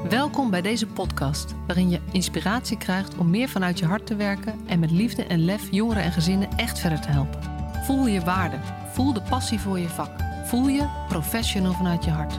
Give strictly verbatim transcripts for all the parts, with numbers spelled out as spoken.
Welkom bij deze podcast, waarin je inspiratie krijgt om meer vanuit je hart te werken en met liefde en lef jongeren en gezinnen echt verder te helpen. Voel je waarde, voel de passie voor je vak, voel je professional vanuit je hart.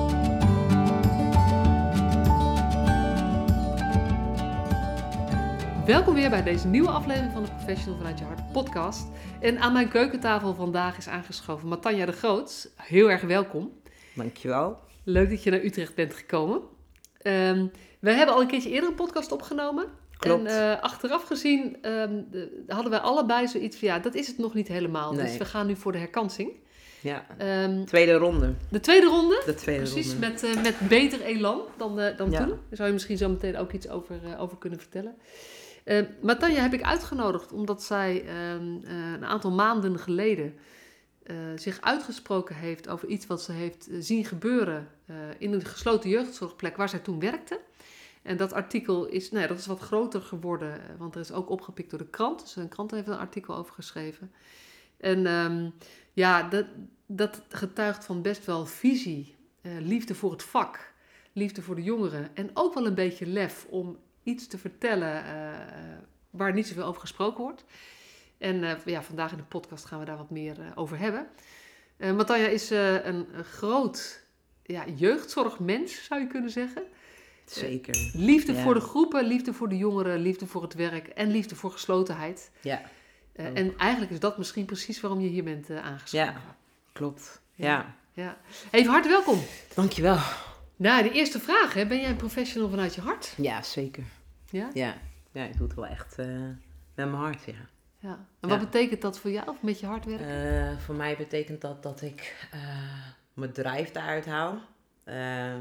Welkom weer bij deze nieuwe aflevering van de Professional vanuit je hart podcast. En aan mijn keukentafel vandaag is aangeschoven Matanja de Groot. Heel erg welkom. Dankjewel. Leuk dat je naar Utrecht bent gekomen. Um, we hebben al een keertje eerder een podcast opgenomen. Klopt. En uh, achteraf gezien um, de, hadden wij allebei zoiets van, ja, dat is het nog niet helemaal. Nee. Dus we gaan nu voor de herkansing. Ja, Um, tweede ronde. de tweede ronde. De tweede Precies, ronde. met, uh, met beter elan dan, uh, dan Ja. toen. Daar zou je misschien zo meteen ook iets over, uh, over kunnen vertellen. Uh, Matanja heb ik uitgenodigd omdat zij um, uh, een aantal maanden geleden uh, zich uitgesproken heeft over iets wat ze heeft uh, zien gebeuren uh, in een gesloten jeugdzorgplek waar zij toen werkte. En dat artikel is, nou ja, dat is wat groter geworden, uh, want er is ook opgepikt door de krant. Dus een krant heeft er een artikel over geschreven. En um, ja, dat, dat getuigt van best wel visie, uh, liefde voor het vak, liefde voor de jongeren en ook wel een beetje lef om iets te vertellen uh, waar niet zoveel over gesproken wordt. En uh, ja, vandaag in de podcast gaan we daar wat meer uh, over hebben. Uh, Matanja is uh, een, een groot ja, jeugdzorgmens, zou je kunnen zeggen. Zeker. Uh, liefde Ja. voor de groepen, liefde voor de jongeren, liefde voor het werk en liefde voor geslotenheid. Ja. Uh, Ook. en eigenlijk is dat misschien precies waarom je hier bent uh, aangeschoven. Ja, klopt. Ja. Ja. Ja. Even hart welkom. Dankjewel. Nou, de eerste vraag, hè. Ben jij een professional vanuit je hart? Ja, zeker. Ja? Ja, ja ik doe het wel echt uh, met mijn hart, ja. Ja. En wat Ja. betekent dat voor jou, of met je hart werken? Uh, voor mij betekent dat dat ik uh, mijn drijf daaruit haal. Uh,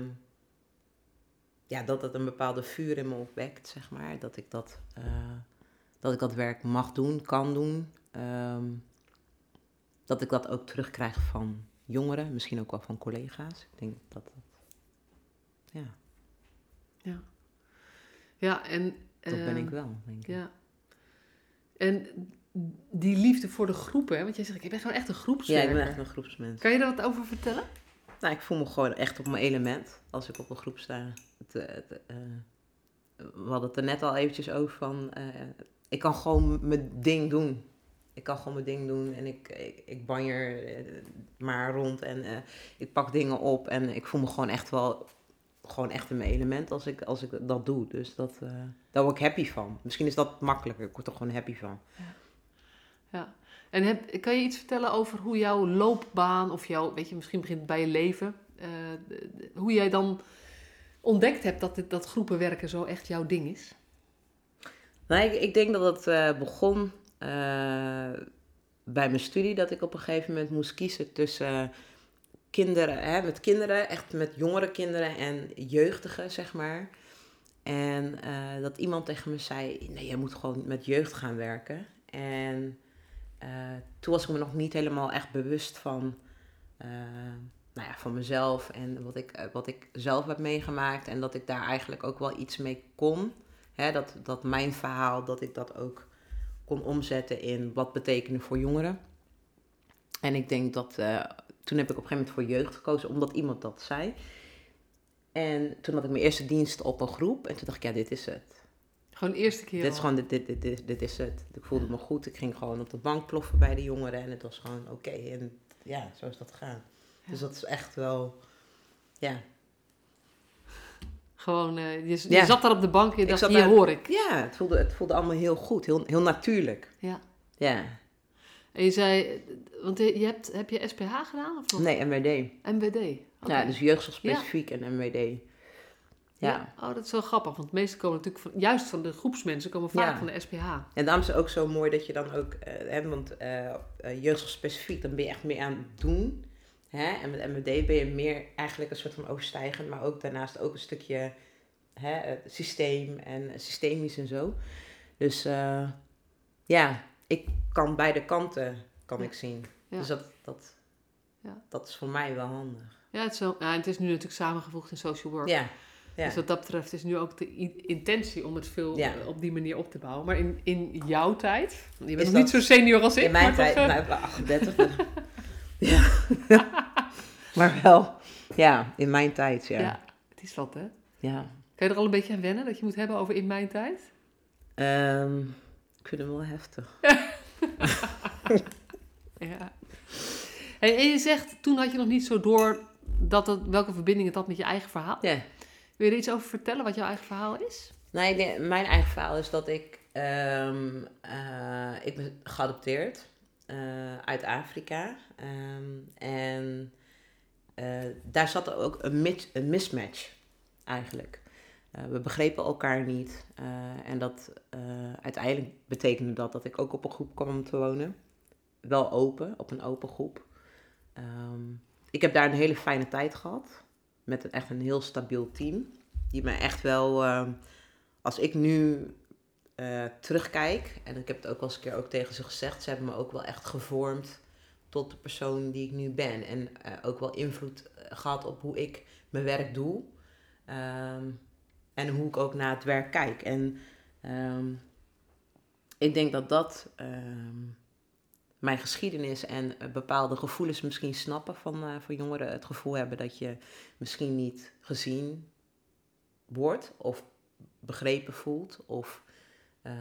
ja, dat het een bepaalde vuur in me opwekt, zeg maar. Dat ik dat, uh, dat ik dat werk mag doen, kan doen. Um, dat ik dat ook terugkrijg van jongeren, misschien ook wel van collega's. Ik denk dat dat, ja, Ja. Ja, en... dat uh, ben ik wel, denk ik. Ja. En die liefde voor de groepen, hè? Want jij zegt, ik ben gewoon echt een Ja, groepswerker. ik ben echt een groepsmens. Kan je daar wat over vertellen? Nou, ik voel me gewoon echt op mijn element als ik op een groep sta. Het, het, uh, we hadden het er net al eventjes over van, uh, ik kan gewoon mijn ding doen. Ik kan gewoon mijn ding doen en ik, ik, ik banjer uh, maar rond en uh, ik pak dingen op en ik voel me gewoon echt wel, gewoon echt in mijn element als ik, als ik dat doe. Dus dat, uh, daar word ik happy van. Misschien is dat makkelijker, ik word er gewoon happy van. Ja. Ja. En heb, kan je iets vertellen over hoe jouw loopbaan, of jouw, weet je, misschien begint het bij je leven, uh, de, de, hoe jij dan ontdekt hebt dat, dit, dat groepenwerken zo echt jouw ding is? Nou, ik, ik denk dat het uh, begon uh, bij mijn studie, dat ik op een gegeven moment moest kiezen tussen kinderen, hè, met kinderen, echt met jongere kinderen en jeugdigen, zeg maar. En uh, dat iemand tegen me zei, nee, je moet gewoon met jeugd gaan werken. En uh, toen was ik me nog niet helemaal echt bewust van, uh, nou ja, van mezelf en wat ik, uh, wat ik zelf heb meegemaakt. En dat ik daar eigenlijk ook wel iets mee kon. Hè, dat, dat mijn verhaal, dat ik dat ook kon omzetten in wat betekende voor jongeren. En ik denk dat, uh, toen heb ik op een gegeven moment voor jeugd gekozen, omdat iemand dat zei. En toen had ik mijn eerste dienst op een groep en toen dacht ik, ja, dit is het. Gewoon de eerste keer Dit is al. gewoon, dit, dit, dit, dit, dit is het. Ik voelde me goed, ik ging gewoon op de bank ploffen bij de jongeren en het was gewoon oké. Okay. En ja, zo is dat gegaan. Ja. Dus dat is echt wel, ja. Gewoon, uh, je, je Ja. zat daar op de bank en je Ik dacht, zat hier daar- hoor ik. Ja, het voelde, het voelde allemaal heel goed, heel, heel natuurlijk. Ja. Ja. En je zei, want je je hebt, heb je S P H gedaan of nog? Nee, M W D. M W D. Oké. Ja, dus jeugdzorgspecifiek en M W D. Ja. Ja. Oh, dat is wel grappig, want de meeste komen natuurlijk van, juist van de groepsmensen, komen vaak Ja. van de S P H. En daarom is het ook zo mooi dat je dan ook, uh, hè, want uh, uh, jeugdzorgspecifiek, dan ben je echt meer aan het doen. Hè? En met M W D ben je meer eigenlijk een soort van overstijgend, maar ook daarnaast ook een stukje hè, uh, systeem en uh, systemisch en zo. Dus uh, ja, ik kan beide kanten kan Ja. ik zien. Ja. Dus dat, dat, Ja. dat is voor mij wel handig. Ja, het is, zo, ja, het is nu natuurlijk samengevoegd in social work. Ja. Ja. Dus wat dat betreft is nu ook de i- intentie om het veel Ja. uh, op die manier op te bouwen. Maar in, in jouw tijd, je bent Is nog dat- niet zo senior als ik. In mijn maar tijd, toch, uh, nou, ik ben achtendertig. ja. Maar wel, ja, in mijn tijd, ja. ja, het is wat hè. Ja. Kan je er al een beetje aan wennen dat je moet hebben over in mijn tijd? Um, ik vind hem wel heftig. Ja. Hey, en je zegt, toen had je nog niet zo door dat het, welke verbinding het had met je eigen verhaal. Ja. Wil je er iets over vertellen wat jouw eigen verhaal is? Nee, nee, mijn eigen verhaal is dat ik... Um, uh, ik ben geadopteerd uh, uit Afrika. Um, en uh, daar zat ook een, mis, een mismatch eigenlijk. Uh, we begrepen elkaar niet. Uh, en dat uh, uiteindelijk betekende dat dat ik ook op een groep kwam te wonen. Wel open, op een open groep. Um, ik heb daar een hele fijne tijd gehad. Met een, echt een heel stabiel team. Die me echt wel... Uh, als ik nu uh, terugkijk... En ik heb het ook wel eens een keer ook tegen ze gezegd... Ze hebben me ook wel echt gevormd tot de persoon die ik nu ben. En uh, ook wel invloed gehad op hoe ik mijn werk doe. Um, en hoe ik ook naar het werk kijk. En um, ik denk dat dat... Um, mijn geschiedenis en uh, bepaalde gevoelens misschien snappen van, uh, van jongeren. Het gevoel hebben dat je misschien niet gezien wordt of begrepen voelt. Of uh,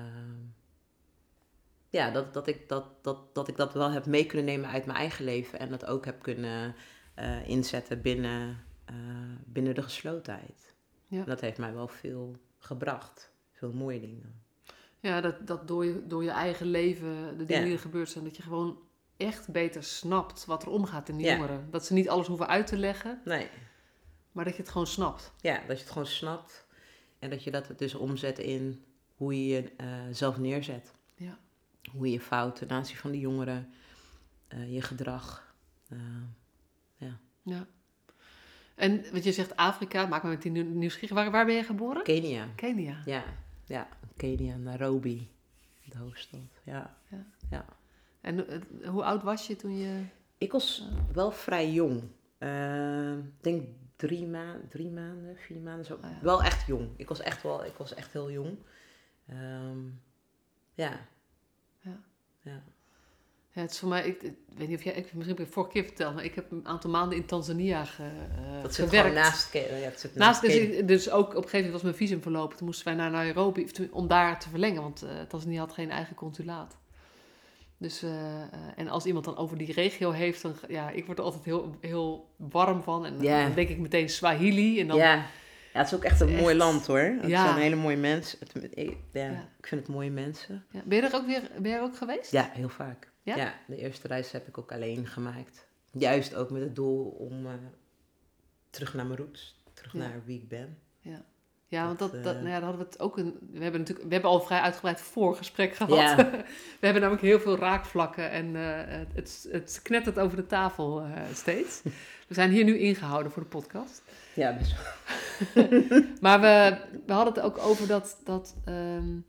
ja, dat, dat, ik dat, dat, dat ik dat wel heb mee kunnen nemen uit mijn eigen leven. En dat ook heb kunnen uh, inzetten binnen, uh, binnen de geslotenheid. Ja. Dat heeft mij wel veel gebracht. Veel mooie dingen. Ja, dat, dat door, je, door je eigen leven, de dingen ja. die er gebeurd zijn, dat je gewoon echt beter snapt wat er omgaat in de ja. jongeren. Dat ze niet alles hoeven uit te leggen, nee. maar dat je het gewoon snapt. Ja, dat je het gewoon snapt en dat je dat dus omzet in hoe je jezelf uh, neerzet. Ja. Hoe je je fouten ten aanzien van de jongeren, uh, je gedrag. Uh, ja. ja. En wat je zegt Afrika, maak me meteen nieuwsgierig. Waar, waar ben je geboren? Kenia. Kenia. Ja. Ja, Kenia, Nairobi, de hoofdstad, ja. ja. ja. En uh, hoe oud was je toen je... Ik was uh, wel vrij jong. Uh, ik denk drie, ma- drie maanden, vier maanden zo. Oh, ja. Wel echt jong. Ik was echt wel, ik was echt heel jong. Um, ja. Ja. Ja. Ja, het is voor mij, ik, ik weet niet of jij, ik, misschien heb ik het vorige keer verteld, maar ik heb een aantal maanden in Tanzania ge, uh, dat zit gewerkt. Gewoon naast, ja, het zit naast, naast dus, dus ook op een gegeven moment was mijn visum verlopen. Toen moesten wij naar Nairobi om daar te verlengen, want uh, Tanzania had geen eigen consulaat. Dus, uh, uh, en als iemand dan over die regio heeft, dan, ja, ik word er altijd heel, heel warm van. En yeah. dan denk ik meteen Swahili. En dan, ja. ja, het is ook echt een echt, mooi land hoor. Het ja. zijn hele mooie mensen. Het, ik, ja, ja. ik vind het mooie mensen. Ja. Ben je er ook weer ben je er ook geweest? Ja, heel vaak. Ja? ja, de eerste reis heb ik ook alleen gemaakt. Juist ook met het doel om uh, terug naar mijn roots, terug ja. naar wie ik ben. Ja, ja want dat, dat, dat, uh, nou ja, dan hadden we het ook een. We hebben natuurlijk, we hebben al een vrij uitgebreid voorgesprek gehad. Ja. We hebben namelijk heel veel raakvlakken en uh, het, het knettert over de tafel uh, steeds. We zijn hier nu ingehouden voor de podcast. Ja, best wel. Maar we, we hadden het ook over dat. dat um,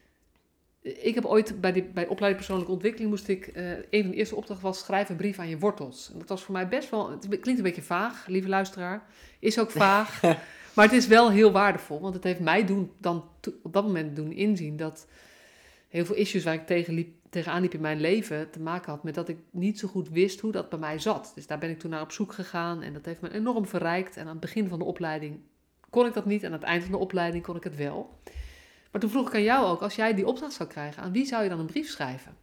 ik heb ooit bij, die, bij opleiding persoonlijke ontwikkeling moest ik, uh, een van de eerste opdrachten was schrijf een brief aan je wortels. En dat was voor mij best wel, het klinkt een beetje vaag, lieve luisteraar, is ook vaag, maar het is wel heel waardevol, want het heeft mij doen, dan to, op dat moment doen inzien dat heel veel issues waar ik tegen liep, tegenaan liep in mijn leven te maken had met dat ik niet zo goed wist hoe dat bij mij zat. Dus daar ben ik toen naar op zoek gegaan en dat heeft me enorm verrijkt. En aan het begin van de opleiding kon ik dat niet en aan het eind van de opleiding kon ik het wel. Maar toen vroeg ik aan jou ook, als jij die opdracht zou krijgen, aan wie zou je dan een brief schrijven?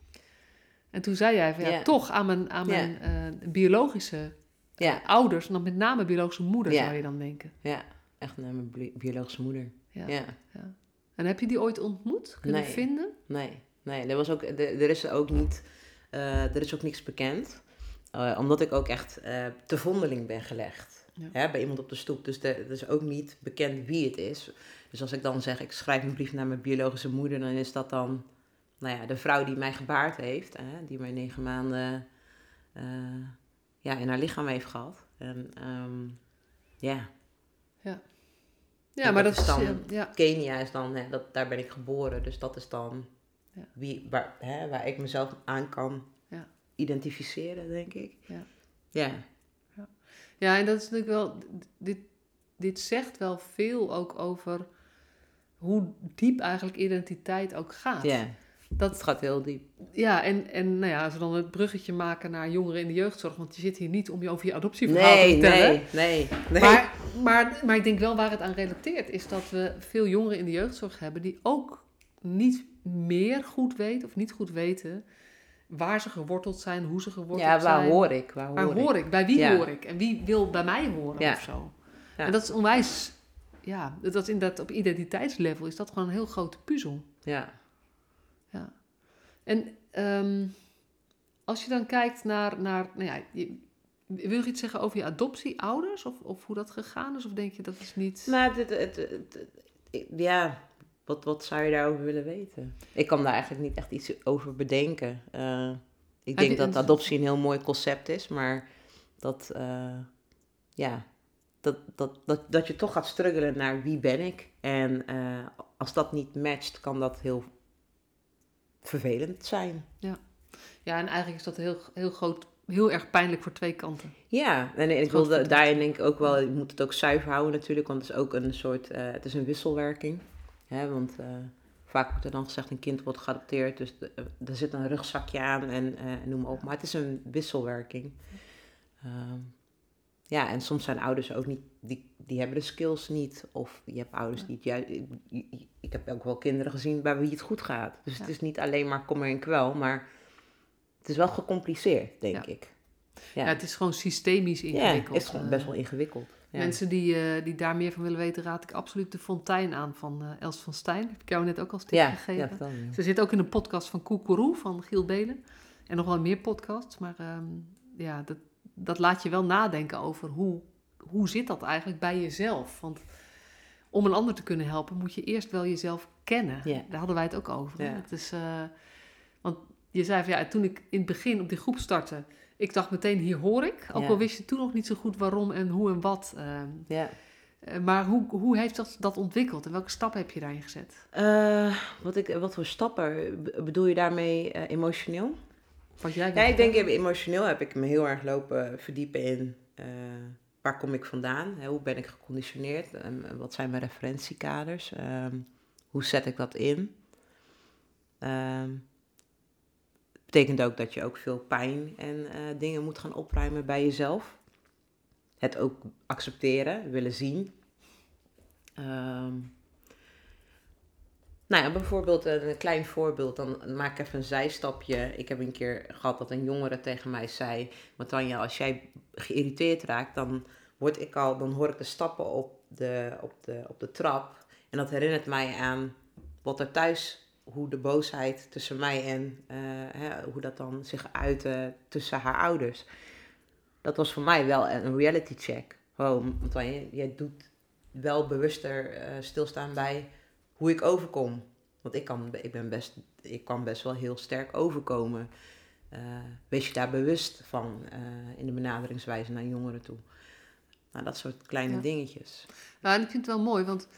En toen zei jij van ja, yeah. toch aan mijn, aan mijn yeah. uh, biologische yeah. uh, ouders, en dan met name biologische moeder yeah. zou je dan denken. Ja, echt naar mijn bi- biologische moeder. Ja. Ja. ja. En heb je die ooit ontmoet, kunnen nee. vinden? Nee, nee, er, was ook, er, er is ook niet, uh, er is ook niks bekend. Uh, omdat ik ook echt uh, te vondeling ben gelegd. Ja. Hè, bij iemand op de stoep. Dus er is ook niet bekend wie het is. Dus als ik dan zeg, ik schrijf een brief naar mijn biologische moeder, dan is dat dan, nou ja, de vrouw die mij gebaard heeft, hè, die mij negen maanden uh, ja, in haar lichaam heeft gehad. En um, ja. Ja. Ja, en maar dat, dat is dan, is, ja. Kenia is dan, hè, dat, daar ben ik geboren, dus dat is dan ja. wie, waar, hè, waar ik mezelf aan kan ja. identificeren, denk ik. Ja. Ja. Ja. Ja, en dat is natuurlijk wel, dit, dit zegt wel veel ook over hoe diep eigenlijk identiteit ook gaat. Ja, dat het gaat heel diep. Ja, en, en nou ja, als we dan het bruggetje maken naar jongeren in de jeugdzorg, want je zit hier niet om je over je adoptieverhaal nee, te vertellen. Nee, nee, nee. Maar maar, maar ik denk wel waar het aan relateert, is dat we veel jongeren in de jeugdzorg hebben die ook niet meer goed weten of niet goed weten waar ze geworteld zijn, hoe ze geworteld zijn. Ja, waar zijn. hoor ik? Waar hoor, waar ik? hoor ik? Bij wie Ja. hoor ik? En wie wil bij mij horen Ja. of zo? Ja. En dat is onwijs, ja, dat is inderdaad op identiteitslevel is dat gewoon een heel grote puzzel. Ja. Ja. En um, als je dan kijkt naar, naar nou ja, je, wil je iets zeggen over je adoptieouders? Of, of hoe dat gegaan is? Of denk je dat is niet... Nou, het, het, het, het, het, ja, wat, wat zou je daarover willen weten? Ik kan daar eigenlijk niet echt iets over bedenken. Uh, ik denk dat adoptie een heel mooi concept is, maar dat, uh, ja, dat, dat, dat, dat je toch gaat struggelen naar wie ben ik. En uh, als dat niet matcht, kan dat heel vervelend zijn. Ja, ja en eigenlijk is dat heel, heel groot, heel erg pijnlijk voor twee kanten. Ja, en ik wilde daarin denk ik ook wel, je moet het ook zuiver houden natuurlijk, want het is ook een soort, uh, het is een wisselwerking. Hè, want uh, vaak wordt er dan gezegd, een kind wordt geadopteerd, dus de, uh, er zit een rugzakje aan en uh, noem maar op. Maar het is een wisselwerking. Uh, ja, en soms zijn ouders ook niet, die, die hebben de skills niet. Of je hebt ouders die het juist, ik heb ook wel kinderen gezien bij wie het goed gaat. Dus ja. Het is niet alleen maar kommer en kwel, maar het is wel gecompliceerd, denk ja. ik. Ja. ja, het is gewoon systemisch ingewikkeld. Ja, het is gewoon best wel ingewikkeld. Ja. Mensen die, uh, die daar meer van willen weten, raad ik absoluut de Fontein aan van uh, Els van Stijn. Heb ik jou net ook als tip ja, gegeven. Ja, dan, ja. Ze zit ook in een podcast van Koekeroe van Giel Belen. En nog wel meer podcasts. Maar um, ja, dat, dat laat je wel nadenken over hoe, hoe zit dat eigenlijk bij jezelf. Want om een ander te kunnen helpen, moet je eerst wel jezelf kennen. Ja. Daar hadden wij het ook over. Ja. Het is, uh, want je zei van ja, toen ik in het begin op die groep startte, ik dacht meteen, hier hoor ik. Ook ja. al wist je toen nog niet zo goed waarom en hoe en wat. Uh, ja. uh, maar hoe, hoe heeft dat, dat ontwikkeld? En welke stappen heb je daarin gezet? Uh, wat, ik, wat voor stappen? Bedoel je daarmee uh, emotioneel? Wat jij ja, ik denk emotioneel heb ik me heel erg lopen verdiepen in uh, waar kom ik vandaan? Hè? Hoe ben ik geconditioneerd? Um, wat zijn mijn referentiekaders? Um, hoe zet ik dat in? Um, betekent ook dat je ook veel pijn en uh, dingen moet gaan opruimen bij jezelf. Het ook accepteren, willen zien. Um, nou ja, bijvoorbeeld een klein voorbeeld, dan maak ik even een zijstapje. Ik heb een keer gehad dat een jongere tegen mij zei, Matanja, als jij geïrriteerd raakt, dan word ik al, dan hoor ik de stappen op de, op de, op de trap. En dat herinnert mij aan wat er thuis, hoe de boosheid tussen mij en uh, hè, hoe dat dan zich uitte tussen haar ouders. Dat was voor mij wel een reality check. Oh, Matanja, jij doet wel bewuster uh, stilstaan bij hoe ik overkom. Want ik kan, ik ben best, ik kan best wel heel sterk overkomen. Uh, wees je daar bewust van uh, in de benaderingswijze naar jongeren toe. Nou, dat soort kleine ja. dingetjes. Nou, en ik vind het wel mooi, want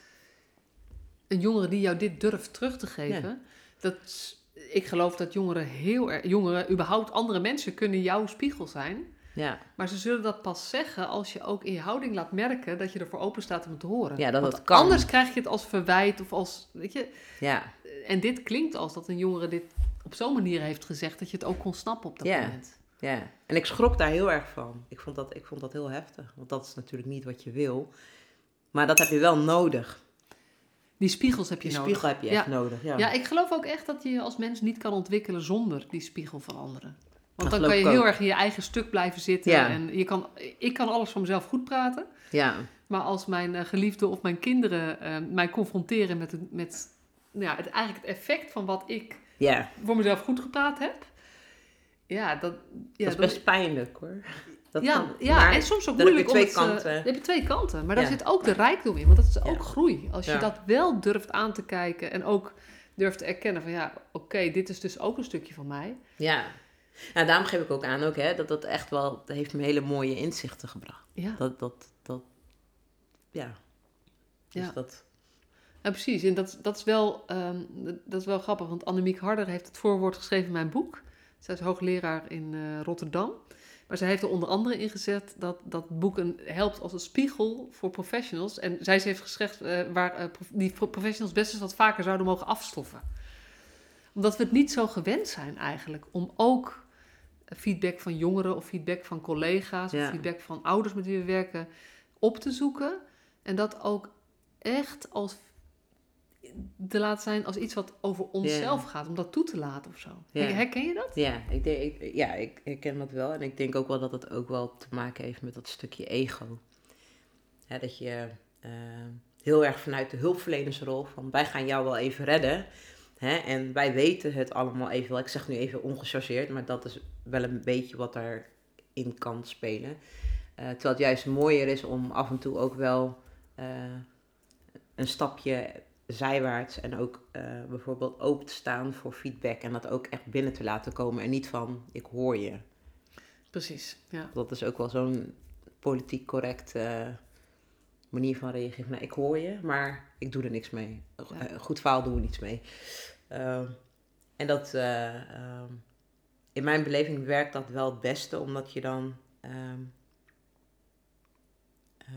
een jongere die jou dit durft terug te geven, ja. dat, ik geloof dat jongeren heel erg, jongeren, überhaupt andere mensen kunnen jouw spiegel zijn. Ja. Maar ze zullen dat pas zeggen als je ook in je houding laat merken dat je ervoor open staat om het te horen. Ja, dat Want het kan. Anders krijg je het als verwijt of als, weet je. Ja. En dit klinkt als dat een jongere dit op zo'n manier heeft gezegd dat je het ook kon snappen op dat ja. moment. Ja, en ik schrok daar heel erg van. Ik vond, dat, ik vond dat heel heftig, want dat is natuurlijk niet wat je wil. Maar dat heb je wel nodig. Die spiegels heb je die nodig. Die spiegel heb je ja. echt nodig, ja. Ja, ik geloof ook echt dat je als mens niet kan ontwikkelen zonder die spiegel van anderen. Want dat dan kan je ook. heel erg in je eigen stuk blijven zitten. Ja. En je kan, ik kan alles van mezelf goed praten. Ja. Maar als mijn uh, geliefde of mijn kinderen uh, mij confronteren met, het, met nou ja, het, eigenlijk het effect van wat ik ja. voor mezelf goed gepraat heb. Ja, dat, ja, dat is best dat, pijnlijk hoor. Dat ja, kan, ja en soms ook moeilijk. Heb je twee twee om het, kanten. Uh, heb je twee kanten. Maar daar ja. zit ook de rijkdom in. Want dat is ook ja. groei. Als je ja. dat wel durft aan te kijken. En ook durft te erkennen van ja, oké, okay, dit is dus ook een stukje van mij. Ja. Nou, daarom geef ik ook aan ook, hè, dat dat echt wel, dat heeft me hele mooie inzichten gebracht. Ja. Dat, dat, dat, ja. Dus ja. dat... Ja, precies. En dat, dat, is wel, um, dat is wel grappig, want Annemiek Harder heeft het voorwoord geschreven in mijn boek. Zij is hoogleraar in uh, Rotterdam. Maar zij heeft er onder andere in gezet dat dat boek een, helpt als een spiegel voor professionals. En zij heeft geschreven uh, waar uh, prof, die professionals best eens wat vaker zouden mogen afstoffen. Omdat we het niet zo gewend zijn eigenlijk om ook feedback van jongeren of feedback van collega's... Ja. of feedback van ouders met wie we werken op te zoeken en dat ook echt als te laten zijn als iets wat over onszelf Ja. gaat, om dat toe te laten of zo. Ja. Herken je dat? Ja, ik, denk, ik, ja, ik herken dat wel. En ik denk ook wel dat het ook wel te maken heeft met dat stukje ego. Hè, dat je uh, heel erg vanuit de hulpverlenersrol van wij gaan jou wel even redden. Hè, en wij weten het allemaal even wel. Ik zeg nu even ongechargeerd, maar dat is wel een beetje wat daarin kan spelen. Uh, terwijl het juist mooier is om af en toe ook wel uh, een stapje zijwaarts en ook uh, bijvoorbeeld open te staan voor feedback en dat ook echt binnen te laten komen en niet van ik hoor je. Precies, ja. Dat is ook wel zo'n politiek correct uh, manier van reageren. Nou, ik hoor je, maar ik doe er niks mee. Ja. Uh, goed verhaal doen we niets mee. Uh, en dat uh, uh, in mijn beleving werkt dat wel het beste, omdat je dan uh, uh,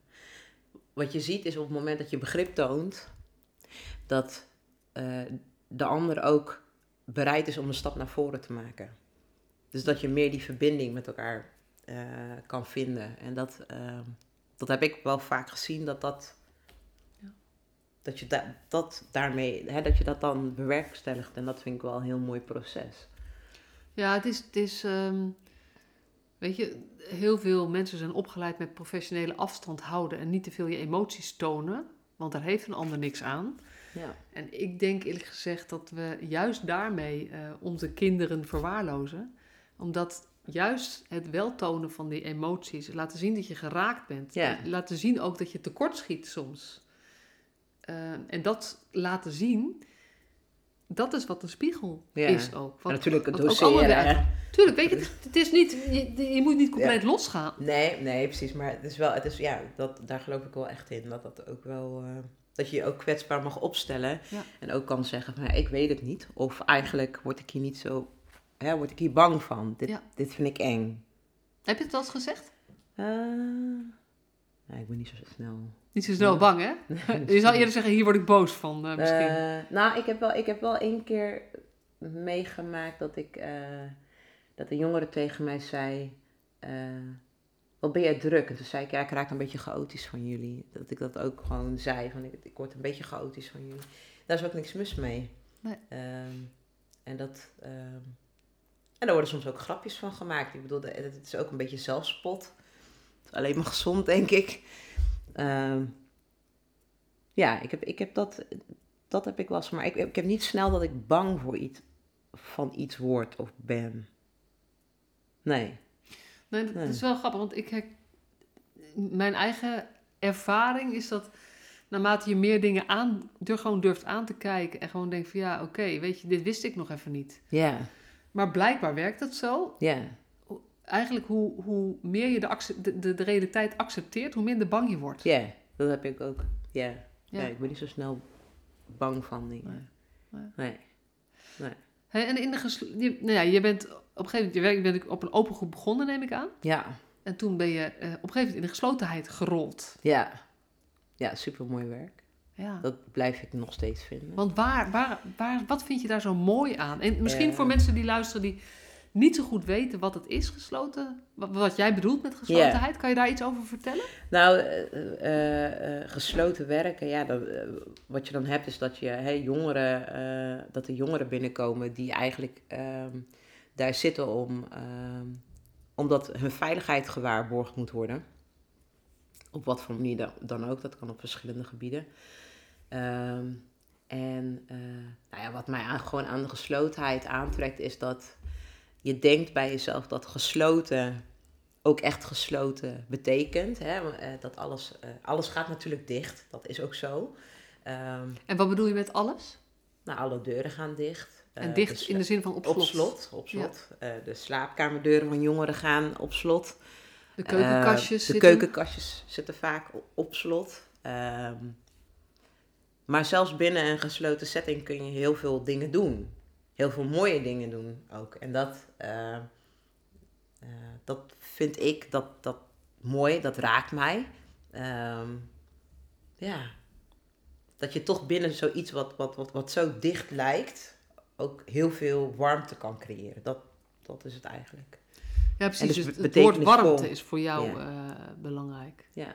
wat je ziet is op het moment dat je begrip toont, dat uh, de ander ook bereid is om een stap naar voren te maken. Dus dat je meer die verbinding met elkaar uh, kan vinden. En dat, uh, dat heb ik wel vaak gezien, dat dat, ja. dat, je da- dat daarmee, hè, dat je dat dan bewerkstelligt. En dat vind ik wel een heel mooi proces. Ja, het is, het is um, weet je, heel veel mensen zijn opgeleid met professionele afstand houden en niet te veel je emoties tonen, want daar heeft een ander niks aan. Ja. En ik denk eerlijk gezegd dat we juist daarmee uh, onze kinderen verwaarlozen. Omdat juist het wel tonen van die emoties, laten zien dat je geraakt bent. Ja. Laten zien ook dat je tekortschiet soms. Uh, en dat laten zien, dat is wat een spiegel ja. is ook. Wat, natuurlijk het doseren. Tuurlijk, weet je, het, het is niet, je, je moet niet compleet ja. losgaan. Nee, nee, precies. Maar het is wel, het is, ja, dat, daar geloof ik wel echt in. Dat dat ook wel... Uh... Dat je je ook kwetsbaar mag opstellen. Ja. En ook kan zeggen van ja, ik weet het niet. Of eigenlijk word ik hier niet zo, hè, word ik hier bang van. Dit, ja. dit vind ik eng. Heb je het wel eens gezegd? Uh, nee, ik ben niet zo snel. Niet zo snel ja. bang, hè? Je zou eerder zeggen, hier word ik boos van uh, misschien. Uh, nou, ik heb wel, ik heb wel één keer meegemaakt dat ik, uh, dat een jongere tegen mij zei, uh, wat ben jij druk? En toen zei ik, ja, ik raak een beetje chaotisch van jullie. Dat ik dat ook gewoon zei, van ik, ik word een beetje chaotisch van jullie. Daar is ook niks mis mee. Nee. Um, en dat... Um, en daar worden soms ook grapjes van gemaakt. Ik bedoel, het is ook een beetje zelfspot. Het is alleen maar gezond, denk ik. Um, ja, ik heb, ik heb dat... Dat heb ik wel eens. Maar ik, ik heb niet snel dat ik bang voor iets, van iets word of ben. Nee. Nee, dat nee. is wel grappig, want ik heb, mijn eigen ervaring is dat naarmate je meer dingen aan, er gewoon durft aan te kijken en gewoon denkt van ja, oké, okay, weet je, dit wist ik nog even niet. Ja. Yeah. Maar blijkbaar werkt dat zo. Ja. Yeah. Eigenlijk hoe, hoe meer je de, accept, de, de, de realiteit accepteert, hoe minder bang je wordt. Ja, yeah, dat heb ik ook. Ja. Yeah. Ja. Ja, ik ben niet zo snel bang van dingen. Nee. Nee. nee. nee. Hey, en in de geslo- je, nou ja, je bent op een gegeven moment, je bent op een open groep begonnen, neem ik aan. Ja. En toen ben je uh, op een gegeven moment in de geslotenheid gerold. Ja. Ja, supermooi werk. Ja. Dat blijf ik nog steeds vinden. Want waar, waar, waar, wat vind je daar zo mooi aan? En misschien uh, voor mensen die luisteren die niet zo goed weten wat het is, gesloten, wat, wat jij bedoelt met geslotenheid. Yeah. Kan je daar iets over vertellen? Nou, uh, uh, uh, gesloten werken, ja, dan, uh, wat je dan hebt is dat je hey, jongeren, uh, dat er jongeren binnenkomen die eigenlijk uh, daar zitten om, uh, omdat hun veiligheid gewaarborgd moet worden. Op wat voor manier dan ook, dat kan op verschillende gebieden. Um, en uh, nou ja, wat mij aan, gewoon aan de geslotenheid aantrekt is dat je denkt bij jezelf dat gesloten ook echt gesloten betekent. Hè? Dat alles, uh, alles gaat natuurlijk dicht, dat is ook zo. Um, en wat bedoel je met alles? Nou, alle deuren gaan dicht. En uh, dicht de sla- in de zin van op slot? Op slot, op slot. Ja. Uh, de slaapkamerdeuren van jongeren gaan op slot. De keukenkastjes uh, De zitten... keukenkastjes zitten vaak op slot. Um, maar zelfs binnen een gesloten setting kun je heel veel dingen doen. Heel veel mooie dingen doen ook. En dat, uh, uh, dat vind ik dat, dat mooi, dat raakt mij. Um, ja, dat je toch binnen zoiets wat, wat, wat, wat zo dicht lijkt, ook heel veel warmte kan creëren. Dat, dat is het eigenlijk. Ja, precies. Dus het woord warmte is voor jou ja. uh, belangrijk. Ja.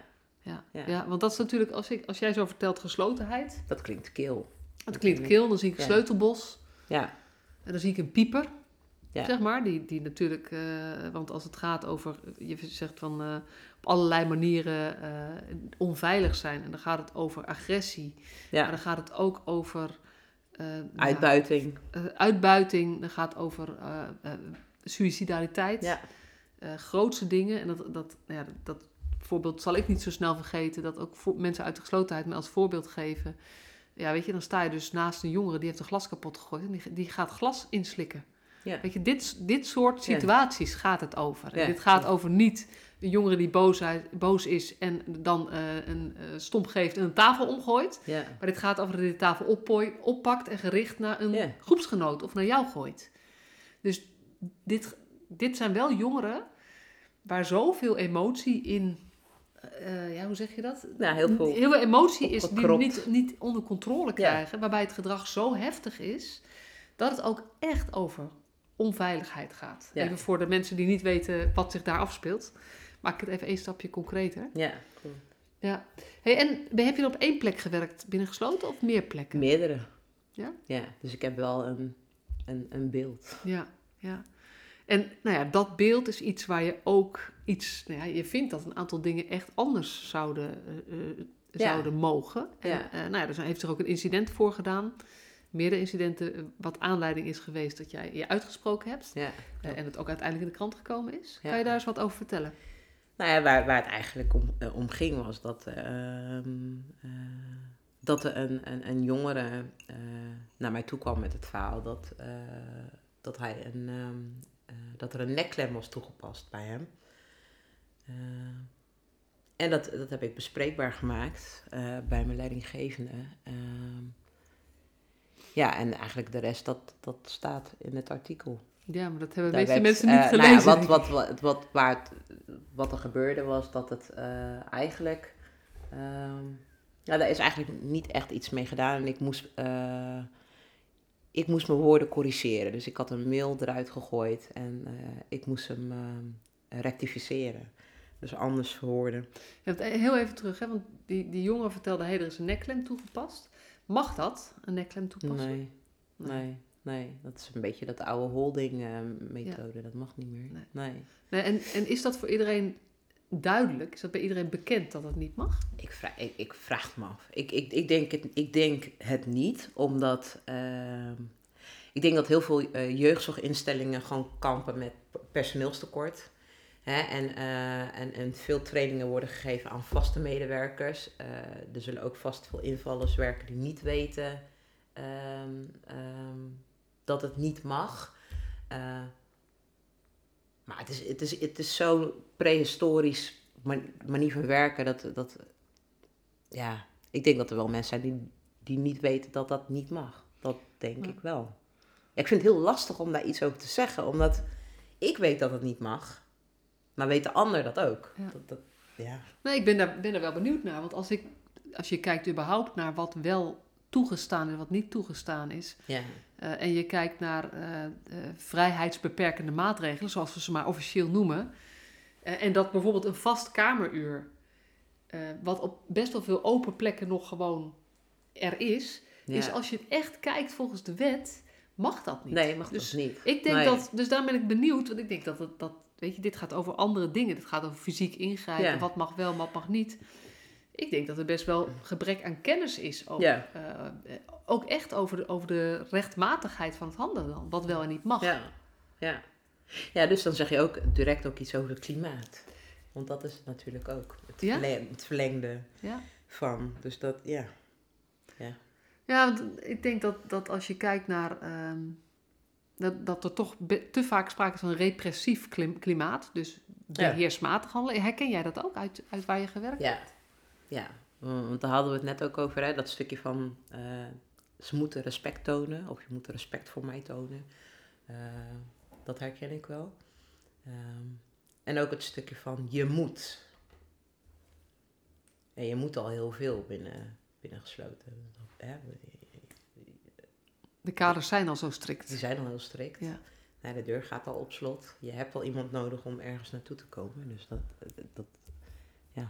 Ja. Ja. Ja, want dat is natuurlijk, als, ik, als jij zo vertelt geslotenheid, Dat klinkt kil. het klinkt kil, dan zie ik een Ja. sleutelbos Ja, en dan zie ik een pieper, Ja. zeg maar, die, die natuurlijk, eh, want als het gaat over, je zegt van eh, op allerlei manieren eh, onveilig zijn en dan gaat het over agressie, maar ja. dan gaat het ook over eh, Uitbuiting. ja, eh, uitbuiting, dan gaat het over eh eh, suïcidaliteit, Ja. eh, grootste dingen. En dat, dat, nou ja, dat voorbeeld zal ik niet zo snel vergeten, dat ook voor, mensen uit de geslotenheid me als voorbeeld geven. Ja, weet je, dan sta je dus naast een jongere die heeft een glas kapot gegooid en die, die gaat glas inslikken. Ja. Weet je, dit, dit soort Ja. situaties gaat het over. En Ja. dit gaat Ja. over niet een jongere die boos, boos is en dan uh, een uh, stomp geeft en een tafel omgooit. Ja. Maar dit gaat over dat hij de tafel oppooi, oppakt en gericht naar een Ja. groepsgenoot of naar jou gooit. Dus dit, dit zijn wel jongeren waar zoveel emotie in, uh, ja, hoe zeg je dat? Nou, heel veel, heel veel emotie is die opgekropt. niet, niet onder controle krijgen, ja. Waarbij het gedrag zo heftig is dat het ook echt over onveiligheid gaat. Ja. Even voor de mensen die niet weten wat zich daar afspeelt. Maak ik het even één stapje concreter. Ja, goed. Ja. Hey, en heb je op één plek gewerkt binnen gesloten of meer plekken? Meerdere. Ja? Ja, dus ik heb wel een, een, een beeld. Ja, ja. En nou ja, dat beeld is iets waar je ook iets... Nou ja, je vindt dat een aantal dingen echt anders zouden, uh, uh, Ja. zouden mogen. En, Ja. uh, nou ja, dus heeft er ook een incident voor gedaan. Meerdere incidenten wat aanleiding is geweest dat jij je uitgesproken hebt. Ja. Uh, en het ook uiteindelijk in de krant gekomen is. Ja. Kan je daar eens wat over vertellen? Nou ja, waar, waar het eigenlijk om, uh, om ging was dat, uh, uh, dat er een, een, een jongere uh, naar mij toe kwam met het verhaal dat, uh, dat, hij een, um, uh, dat er een nekklem was toegepast bij hem. Uh, en dat, dat heb ik bespreekbaar gemaakt uh, bij mijn leidinggevende. Uh, ja, en eigenlijk de rest, dat, dat staat in het artikel. Ja, maar dat hebben de Daar meeste werd, mensen niet uh, gelezen. Nou ja, wat, wat, wat, wat, waar het, wat er gebeurde was dat het uh, eigenlijk... Um, ja, daar is eigenlijk niet echt iets mee gedaan. En ik moest, uh, ik moest mijn woorden corrigeren. Dus ik had een mail eruit gegooid en uh, ik moest hem uh, rectificeren. Dus anders verwoorden. Ja, heel even terug, hè, want die, die jongen vertelde, hey, er is een nekklem toegepast. Mag dat, een nekklem toepassen? Nee, nee, nee. nee. Dat is een beetje dat oude holding uh, methode. Ja. Dat mag niet meer. Nee. nee. nee en, en is dat voor iedereen duidelijk? Is dat bij iedereen bekend dat dat niet mag? Ik vraag, ik, ik vraag het me af. Ik, ik, ik, denk, het, ik denk het niet, omdat... Uh, ik denk dat heel veel uh, jeugdzorginstellingen gewoon kampen met personeelstekort. Hè? En, uh, en, en veel trainingen worden gegeven aan vaste medewerkers. Uh, er zullen ook vast veel invallers werken die niet weten um, um, dat het niet mag. Uh, maar het is, het is, het is zo'n prehistorisch manier van werken dat, dat... Ja, ik denk dat er wel mensen zijn die, die niet weten dat dat niet mag. Dat denk ja. ik wel. Ja, ik vind het heel lastig om daar iets over te zeggen, omdat ik weet dat het niet mag. Maar weet de ander dat ook? Ja. Dat, dat, ja. Nee, ik ben daar, ben er wel benieuwd naar. Want als, ik, als je kijkt überhaupt naar wat wel toegestaan en wat niet toegestaan is. Ja. Uh, en je kijkt naar uh, uh, vrijheidsbeperkende maatregelen, zoals we ze maar officieel noemen. Uh, en dat bijvoorbeeld een vast kameruur, uh, wat op best wel veel open plekken nog gewoon er is. Ja. Is als je het echt kijkt volgens de wet, mag dat niet. Nee, mag dus dat niet. Ik denk nee. dat, dus daar ben ik benieuwd, want ik denk dat het... Dat, weet je, dit gaat over andere dingen. Dit gaat over fysiek ingrijpen. Ja. Wat mag wel, wat mag niet. Ik denk dat er best wel gebrek aan kennis is. Ook, ja. uh, ook echt over de, over de rechtmatigheid van het handelen dan. Wat wel en niet mag. Ja. Ja. ja, dus dan zeg je ook direct ook iets over het klimaat. Want dat is het natuurlijk ook. Het, ja? verleng, het verlengde ja. van. Dus dat, ja. Ja, ja want ik denk dat, dat als je kijkt naar... Um, Dat, dat er toch be- te vaak sprake is van een repressief klim- klimaat. Dus beheersmatig handelen. Herken jij dat ook uit, uit waar je gewerkt ja. hebt? Ja, want daar hadden we het net ook over. Hè? Dat stukje van uh, ze moeten respect tonen. Of je moet respect voor mij tonen. Uh, dat herken ik wel. Um, en ook het stukje van je moet. En je moet al heel veel binnen, binnen gesloten. Hè? De kaders zijn al zo strikt. Die zijn al heel strikt. Ja. Nou, de deur gaat al op slot. Je hebt al iemand nodig om ergens naartoe te komen. Dus dat, dat ja.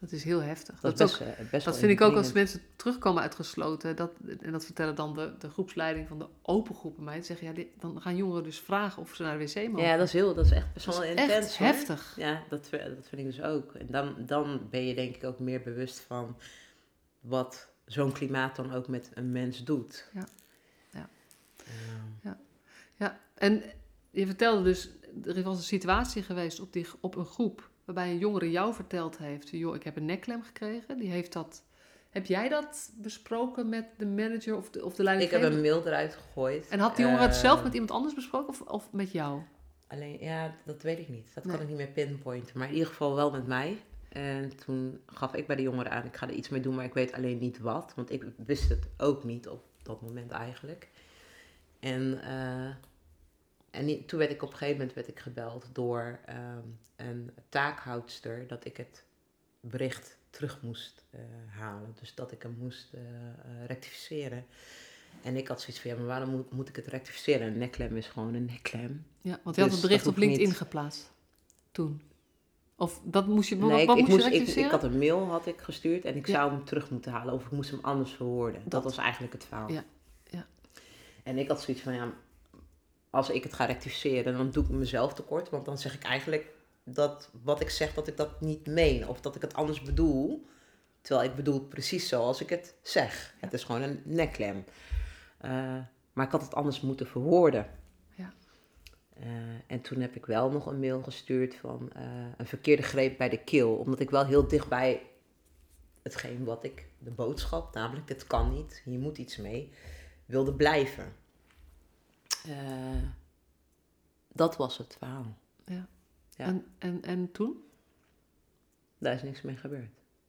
Dat is heel heftig. Dat, Dat, is is ook, best, uh, best dat wel vind ik ook als indrukwekkend. mensen terugkomen uit gesloten. Dat, en dat vertellen dan de, de groepsleiding van de open groepen mij. Die zeggen, ja, dit, dan gaan jongeren dus vragen of ze naar de wc mogen. Ja, dat is, heel, dat is echt best Dat wel is intens, echt hoor. heftig. Ja, dat, dat vind ik dus ook. En dan, dan ben je denk ik ook meer bewust van wat zo'n klimaat dan ook met een mens doet. Ja, ja. Um, ja. ja. En je vertelde dus, er was een situatie geweest op, die, op een groep waarbij een jongere jou verteld heeft, joh, ik heb een nekklem gekregen. Die heeft dat... Heb jij dat besproken met de manager of de, of de ik leidinggevende? heb een mail eruit gegooid. En had die jongere het Uh, zelf met iemand anders besproken of, of met jou? Alleen, ja, dat weet ik niet. Dat Nee. kan ik niet meer pinpointen. Maar in ieder geval wel met mij. En toen gaf ik bij de jongeren aan, ik ga er iets mee doen, maar ik weet alleen niet wat. Want ik wist het ook niet op dat moment eigenlijk. En, uh, en die, toen werd ik op een gegeven moment werd ik gebeld door um, een taakhoudster dat ik het bericht terug moest uh, halen. Dus dat ik hem moest uh, uh, rectificeren. En ik had zoiets van, ja, maar waarom moet, moet ik het rectificeren? Een nekklem is gewoon een nekklem. Ja, want je dus had het bericht op LinkedIn niet geplaatst toen. Of dat moest je, nee, wat, ik, wat ik moest je moest, ik, rectificeren? ik had een mail had ik gestuurd en ik ja. zou hem terug moeten halen. Of ik moest hem anders verwoorden. Dat, dat was eigenlijk het verhaal. Ja. Ja. En ik had zoiets van, ja, als ik het ga rectificeren, dan doe ik mezelf tekort. Want dan zeg ik eigenlijk dat wat ik zeg, dat ik dat niet meen. Of dat ik het anders bedoel. Terwijl ik bedoel precies zoals ik het zeg. Het is gewoon een nekklem. Uh, maar ik had het anders moeten verwoorden. Ja. Uh, en toen heb ik wel nog een mail gestuurd van uh, een verkeerde greep bij de keel. Omdat ik wel heel dichtbij hetgeen wat ik, de boodschap, namelijk dit kan niet, hier moet iets mee, wilde blijven. Uh, dat was het verhaal. Ja. Ja. En, en, en toen? Daar is niks mee gebeurd.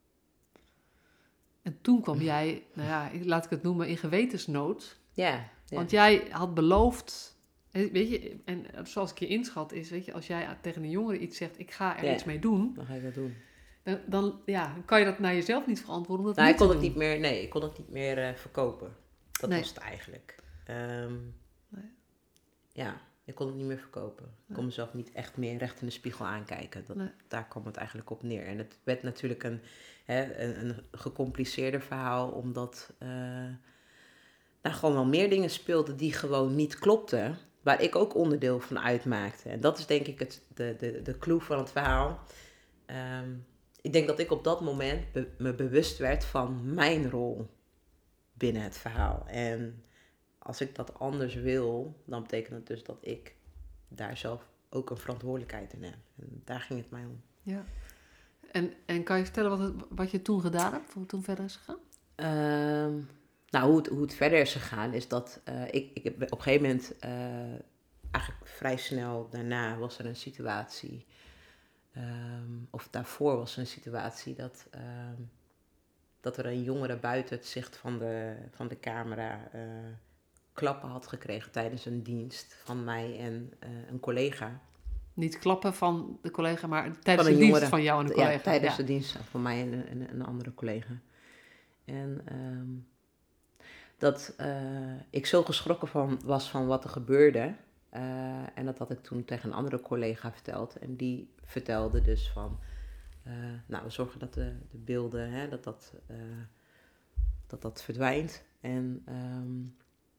En toen kwam jij, nou ja, laat ik het noemen, in gewetensnood. Ja. ja. Want jij had beloofd, weet je, en zoals ik je inschat is, weet je, als jij tegen een jongere iets zegt, ik ga er ja. iets mee doen. Dan ga ik dat doen. Dan, dan ja, kan je dat naar jezelf niet verantwoorden. Om dat nou, niet ik kon te het doen. niet meer, nee, ik kon het niet meer uh, verkopen. Dat nee. was het eigenlijk. Um, nee. Ja, ik kon het niet meer verkopen. Nee. Ik kon mezelf niet echt meer recht in de spiegel aankijken. Dat, nee. Daar kwam het eigenlijk op neer. En het werd natuurlijk een, hè, een, een gecompliceerder verhaal, omdat uh, nou, gewoon wel meer dingen speelden die gewoon niet klopten, waar ik ook onderdeel van uitmaakte. En dat is denk ik het, de, de, de clue van het verhaal. Um, ik denk dat ik op dat moment be- me bewust werd van mijn rol binnen het verhaal. En als ik dat anders wil, dan betekent het dus dat ik daar zelf ook een verantwoordelijkheid in heb. En daar ging het mij om. Ja. En, en kan je vertellen wat, het, wat je toen gedaan hebt, hoe het toen verder is gegaan? Um, nou, hoe het, hoe het verder is gegaan is dat uh, ik, ik heb op een gegeven moment, uh, eigenlijk vrij snel daarna was er een situatie, um, of daarvoor was er een situatie dat, um, dat er een jongere buiten het zicht van de, van de camera uh, klappen had gekregen tijdens een dienst van mij en uh, een collega. Niet klappen van de collega, maar tijdens van de jongere, dienst van jou en een collega. Ja, tijdens ja. de dienst van mij en een, en een andere collega. En um, dat uh, ik zo geschrokken van was van wat er gebeurde. Uh, en dat had ik toen tegen een andere collega verteld. En die vertelde dus van, uh, nou, we zorgen dat de, de beelden, hè, dat, dat, uh, dat dat verdwijnt. En um,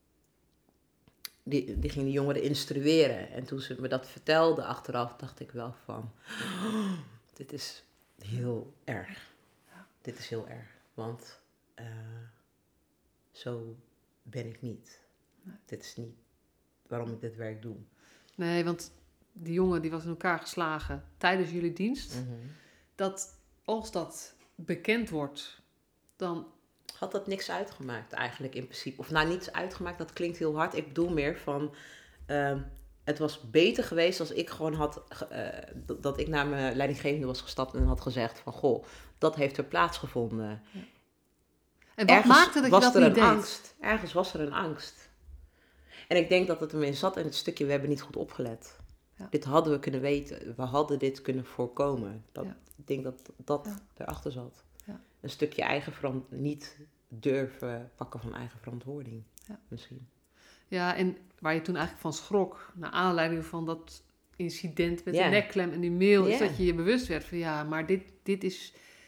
die, die ging de jongeren instrueren. En toen ze me dat vertelde achteraf, dacht ik wel van, oh, dit is heel erg. Ja. Dit is heel erg. Want uh, zo ben ik niet. Nee. Dit is niet waarom ik dit werk doe. Nee, want die jongen die was in elkaar geslagen tijdens jullie dienst. Mm-hmm. Dat als dat bekend wordt, dan had dat niks uitgemaakt eigenlijk in principe. Of nou, niets uitgemaakt, dat klinkt heel hard. Ik bedoel meer van, uh, het was beter geweest als ik gewoon had, uh, d- dat ik naar mijn leidinggevende was gestapt en had gezegd van, goh, dat heeft er plaatsgevonden. Ja. En wat Ergens maakte dat je was dat er niet een deed? Angst. Ergens was er een angst. En ik denk dat het ermee zat in het stukje, we hebben niet goed opgelet. Ja. Dit hadden we kunnen weten, we hadden dit kunnen voorkomen. Dat, ja. Ik denk dat dat ja. erachter zat. Ja. Een stukje eigen verant- niet durven pakken van eigen verantwoording, ja. misschien. Ja, en waar je toen eigenlijk van schrok, naar aanleiding van dat incident met ja. de nekklem en die mail, ja. is dat je je bewust werd van ja, maar dit, dit is,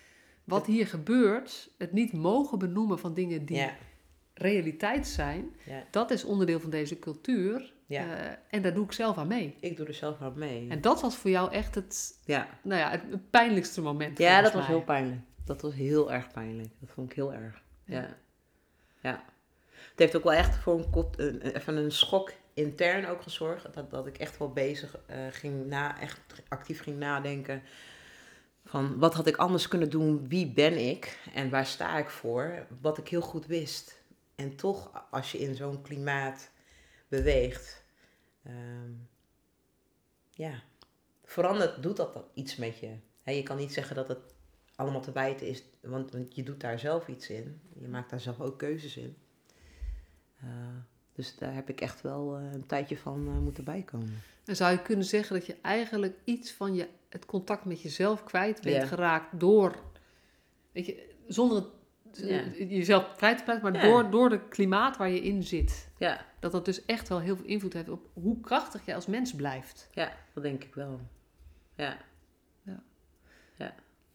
wat hier gebeurt, het niet mogen benoemen van dingen die Ja. realiteit zijn, Ja. dat is onderdeel van deze cultuur. Ja. Uh, en daar doe ik zelf aan mee. Ik doe er zelf aan mee. En dat was voor jou echt het, ja. nou ja, het, het pijnlijkste moment. Ja, dat mij. was heel pijnlijk. Dat was heel erg pijnlijk. Dat vond ik heel erg. Ja. Ja. ja. Het heeft ook wel echt voor een, kot, een, even een schok intern ook gezorgd. Dat, dat ik echt wel bezig uh, ging na, echt actief ging nadenken. Van wat had ik anders kunnen doen? Wie ben ik? En waar sta ik voor? Wat ik heel goed wist. En toch, als je in zo'n klimaat beweegt, um, ja, verandert, doet dat dan iets met je. He, je kan niet zeggen dat het allemaal te wijten is, want, want je doet daar zelf iets in. Je maakt daar zelf ook keuzes in. Uh, dus daar heb ik echt wel uh, een tijdje van uh, moeten bijkomen. En zou je kunnen zeggen dat je eigenlijk iets van je, het contact met jezelf kwijt bent ja. geraakt door, weet je, zonder het, ja. jezelf kwijt te pleiten, maar ja. door, door het klimaat waar je in zit. Ja. Dat dat dus echt wel heel veel invloed heeft op hoe krachtig je als mens blijft. Ja, dat denk ik wel. Ja. Ja. ja.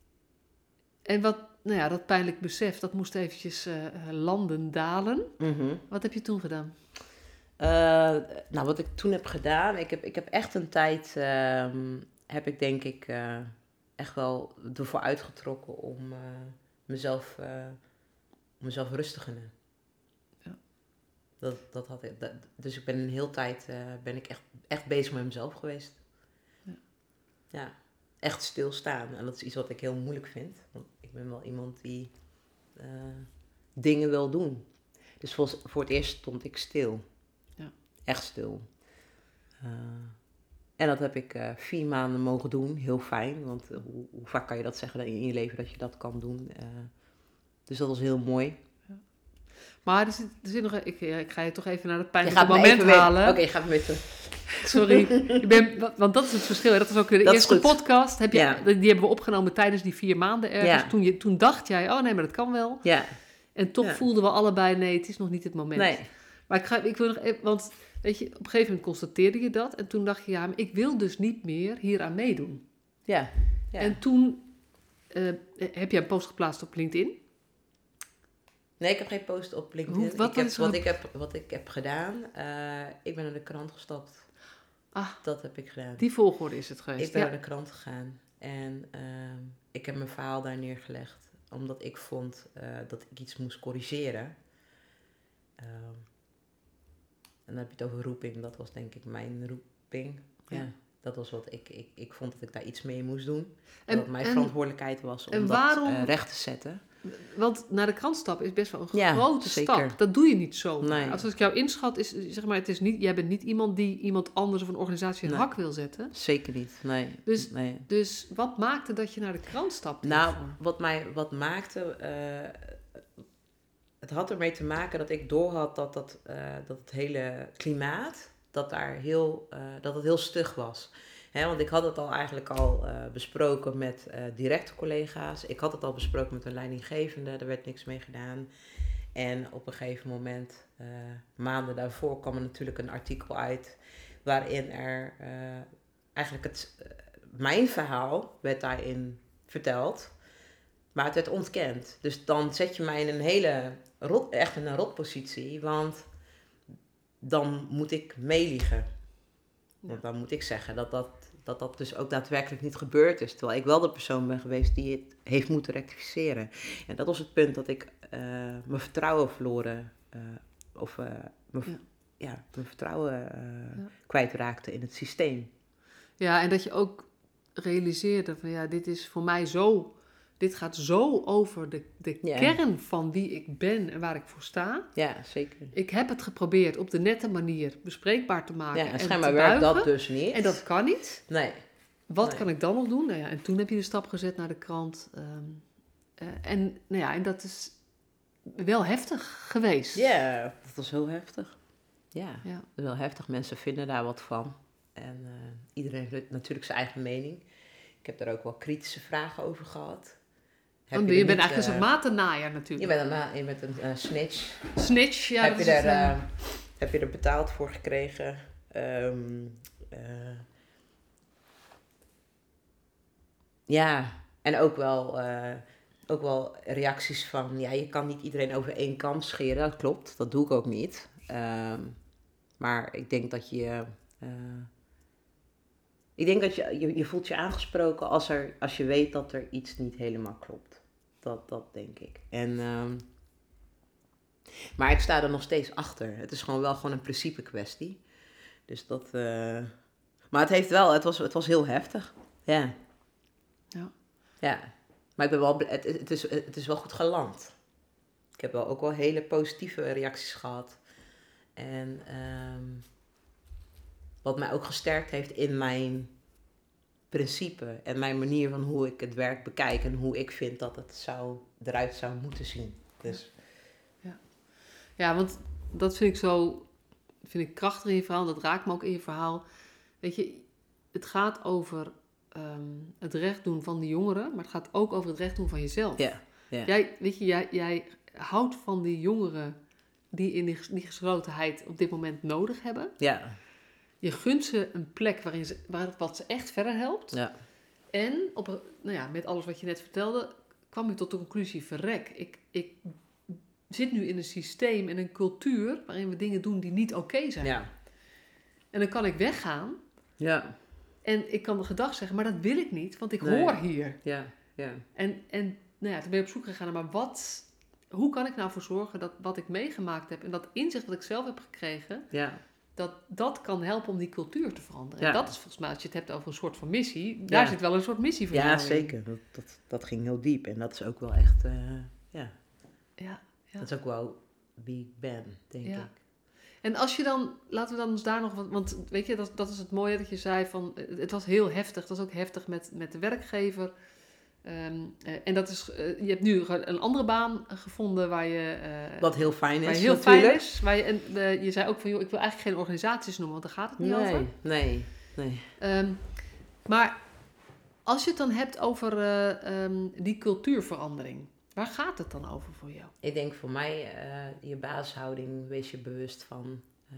En wat, nou ja, dat pijnlijk besef, dat moest eventjes uh, landen, dalen. Mm-hmm. Wat heb je toen gedaan? Uh, nou, wat ik toen heb gedaan, ik heb, ik heb echt een tijd, uh, heb ik denk ik uh, echt wel ervoor uitgetrokken om uh, mezelf, uh, om mezelf rustig te nemen. Ja. Dat, dat had ik, dat, dus ik ben een hele tijd, uh, ben ik echt, echt bezig met mezelf geweest. Ja. Ja, echt stilstaan. En dat is iets wat ik heel moeilijk vind. Want ik ben wel iemand die uh, dingen wil doen. Dus voor, voor het eerst stond ik stil. Ja. Echt stil. Uh, en dat heb ik uh, vier maanden mogen doen. Heel fijn. Want uh, hoe, hoe vaak kan je dat zeggen in je leven dat je dat kan doen. Uh, dus dat was heel mooi. Ja. Maar er zit, er zit nog... Ik, ik ga je toch even naar het pijnlijke moment halen. Oké, okay, ga me mee. Sorry. Ik ben, want dat is het verschil. Dat is ook de dat eerste podcast. Heb je, ja. Die hebben we opgenomen tijdens die vier maanden ergens. Ja. Toen, je, toen dacht jij, oh nee, maar dat kan wel. Ja. En toch ja. voelden we allebei, nee, het is nog niet het moment. Nee. Maar ik, ga, ik wil nog even, want weet je, op een gegeven moment constateerde je dat. En toen dacht je, ja, maar ik wil dus niet meer hier aan meedoen. Ja. ja. En toen uh, heb jij een post geplaatst op LinkedIn. Nee, ik heb geen post op LinkedIn. Hoe, wat, ik heb, is wat, ik heb, wat ik heb gedaan, uh, ik ben naar de krant gestapt. Ah, dat heb ik gedaan. Die volgorde is het geweest. Ik ben ja. naar de krant gegaan. En uh, ik heb mijn verhaal daar neergelegd. Omdat ik vond uh, dat ik iets moest corrigeren. Uh, en dan heb je het over roeping. Dat was denk ik mijn roeping. Ja. ja. Dat was wat ik, ik... Ik vond dat ik daar iets mee moest doen. En, dat het mijn en, verantwoordelijkheid was om waarom, dat uh, recht te zetten. Want naar de krant stappen is best wel een ja, grote zeker. stap. Dat doe je niet zo. Nee. Als ik jou inschat, is zeg maar, het is niet, jij bent niet iemand die iemand anders of een organisatie een nee. hak wil zetten. Zeker niet, nee. Dus, nee. dus wat maakte dat je naar de krant stapte? Nou, wat, mij, wat maakte... Uh, het had ermee te maken dat ik doorhad dat, dat, uh, dat het hele klimaat... dat daar heel, uh, dat het heel stug was. He, want ik had het al eigenlijk al uh, besproken met uh, directe collega's. Ik had het al besproken met een leidinggevende. Er werd niks mee gedaan. En op een gegeven moment, uh, maanden daarvoor, kwam er natuurlijk een artikel uit... waarin er uh, eigenlijk het, uh, mijn verhaal werd daarin verteld... maar het werd ontkend. Dus dan zet je mij in een hele, rot, echt in een rotpositie... want dan moet ik meeliegen. Want dan moet ik zeggen dat dat, dat dat dus ook daadwerkelijk niet gebeurd is. Terwijl ik wel de persoon ben geweest die het heeft moeten rectificeren. En dat was het punt dat ik uh, mijn vertrouwen verloren... Uh, of uh, mijn, ja. Ja, mijn vertrouwen uh, ja. kwijtraakte in het systeem. Ja, en dat je ook realiseerde van ja, dit is voor mij zo... Dit gaat zo over de, de ja. kern van wie ik ben en waar ik voor sta. Ja, zeker. Ik heb het geprobeerd op de nette manier bespreekbaar te maken. Ja, en schijnbaar werkt dat dus niet. En dat kan niet. Nee. Wat nee. kan ik dan nog doen? Nou ja, en toen heb je de stap gezet naar de krant. Um, uh, en, nou ja, en dat is wel heftig geweest. Ja, dat was heel heftig. Ja, ja. wel heftig. Mensen vinden daar wat van. En uh, iedereen heeft natuurlijk zijn eigen mening. Ik heb daar ook wel kritische vragen over gehad. Heb je, je bent eigenlijk uh, een matennaaier natuurlijk. Je bent een, na- je bent een uh, snitch. Snitch, ja. Heb, dat je is er, het, uh, heb je er betaald voor gekregen? Um, uh, ja, en ook wel... Uh, ook wel reacties van, ja, je kan niet iedereen over één kam scheren. Dat klopt, dat doe ik ook niet. Um, maar ik denk dat je... Uh, ik denk dat je, je, je voelt je aangesproken als, er, als je weet dat er iets niet helemaal klopt. Dat, dat denk ik. En, um, maar ik sta er nog steeds achter. Het is gewoon wel gewoon een principe kwestie. Dus dat... Uh, maar het heeft wel, het was, het was heel heftig. Ja. Ja. Ja. Maar ik ben wel, het, het, is, het is wel goed geland. Ik heb wel ook wel hele positieve reacties gehad. En um, wat mij ook gesterkt heeft in mijn principe en mijn manier van hoe ik het werk bekijk en hoe ik vind dat het zou, eruit zou moeten zien. Dus. Ja. Ja, want dat vind ik zo, vind ik krachtig in je verhaal, dat raakt me ook in je verhaal. Weet je, het gaat over um, het recht doen van de jongeren, maar het gaat ook over het recht doen van jezelf. Ja. Yeah. Jij, weet je, jij, jij houdt van die jongeren die in die, die geslotenheid op dit moment nodig hebben. Ja. Je gunt ze een plek waarin ze, waar, wat ze echt verder helpt. Ja. En op, nou ja, met alles wat je net vertelde, kwam je tot de conclusie, verrek, ik, ik zit nu in een systeem en een cultuur waarin we dingen doen die niet oké okay zijn. Ja. En dan kan ik weggaan. Ja. En ik kan de gedag zeggen, maar dat wil ik niet, want ik Nee. hoor hier. Ja. Ja. En, en nou ja, toen ben je op zoek gegaan naar, maar wat, hoe kan ik nou voor zorgen dat wat ik meegemaakt heb en dat inzicht wat ik zelf heb gekregen, ja. dat dat kan helpen om die cultuur te veranderen. Ja. En dat is volgens mij, als je het hebt over een soort van missie, daar ja. zit wel een soort missie voor ja, jou in. Ja, zeker. Dat, dat, dat ging heel diep. En dat is ook wel echt, uh, ja. Ja, ja. Dat is ook wel wie ik ben, denk ja. ik. En als je dan, laten we dan eens daar nog wat, want weet je, dat, dat is het mooie dat je zei van, het was heel heftig. Het was ook heftig met, met de werkgever. Um, uh, en dat is, uh, je hebt nu een andere baan gevonden waar je... Uh, wat heel fijn is, waar je heel natuurlijk. Fijn is, waar je, en uh, je zei ook van, joh, ik wil eigenlijk geen organisaties noemen, want daar gaat het niet nee, over. Nee, nee. Um, maar als je het dan hebt over uh, um, die cultuurverandering, waar gaat het dan over voor jou? Ik denk voor mij, uh, je basishouding, wees je bewust van, uh,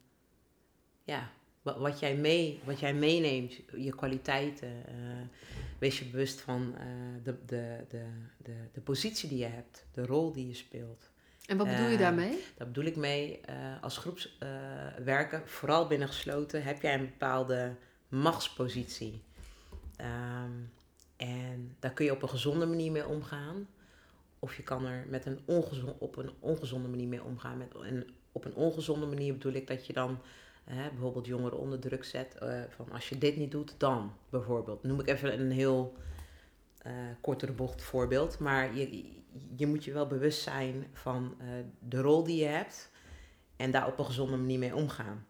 ja, wat, wat, jij mee, wat jij meeneemt, je kwaliteiten. Uh, wees je bewust van uh, de, de, de, de, de positie die je hebt, de rol die je speelt. En wat bedoel je uh, daarmee? Daar bedoel ik mee, uh, als groepswerken, uh, vooral binnen gesloten, heb jij een bepaalde machtspositie. Um, en daar kun je op een gezonde manier mee omgaan. Of je kan er met een ongezonde, op een ongezonde manier mee omgaan. Met, en op een ongezonde manier bedoel ik dat je dan uh, bijvoorbeeld jongeren onder druk zet. Uh, van als je dit niet doet, dan bijvoorbeeld. Noem ik even een heel uh, kortere bocht voorbeeld. Maar je, je moet je wel bewust zijn van uh, de rol die je hebt. En daar op een gezonde manier mee omgaan.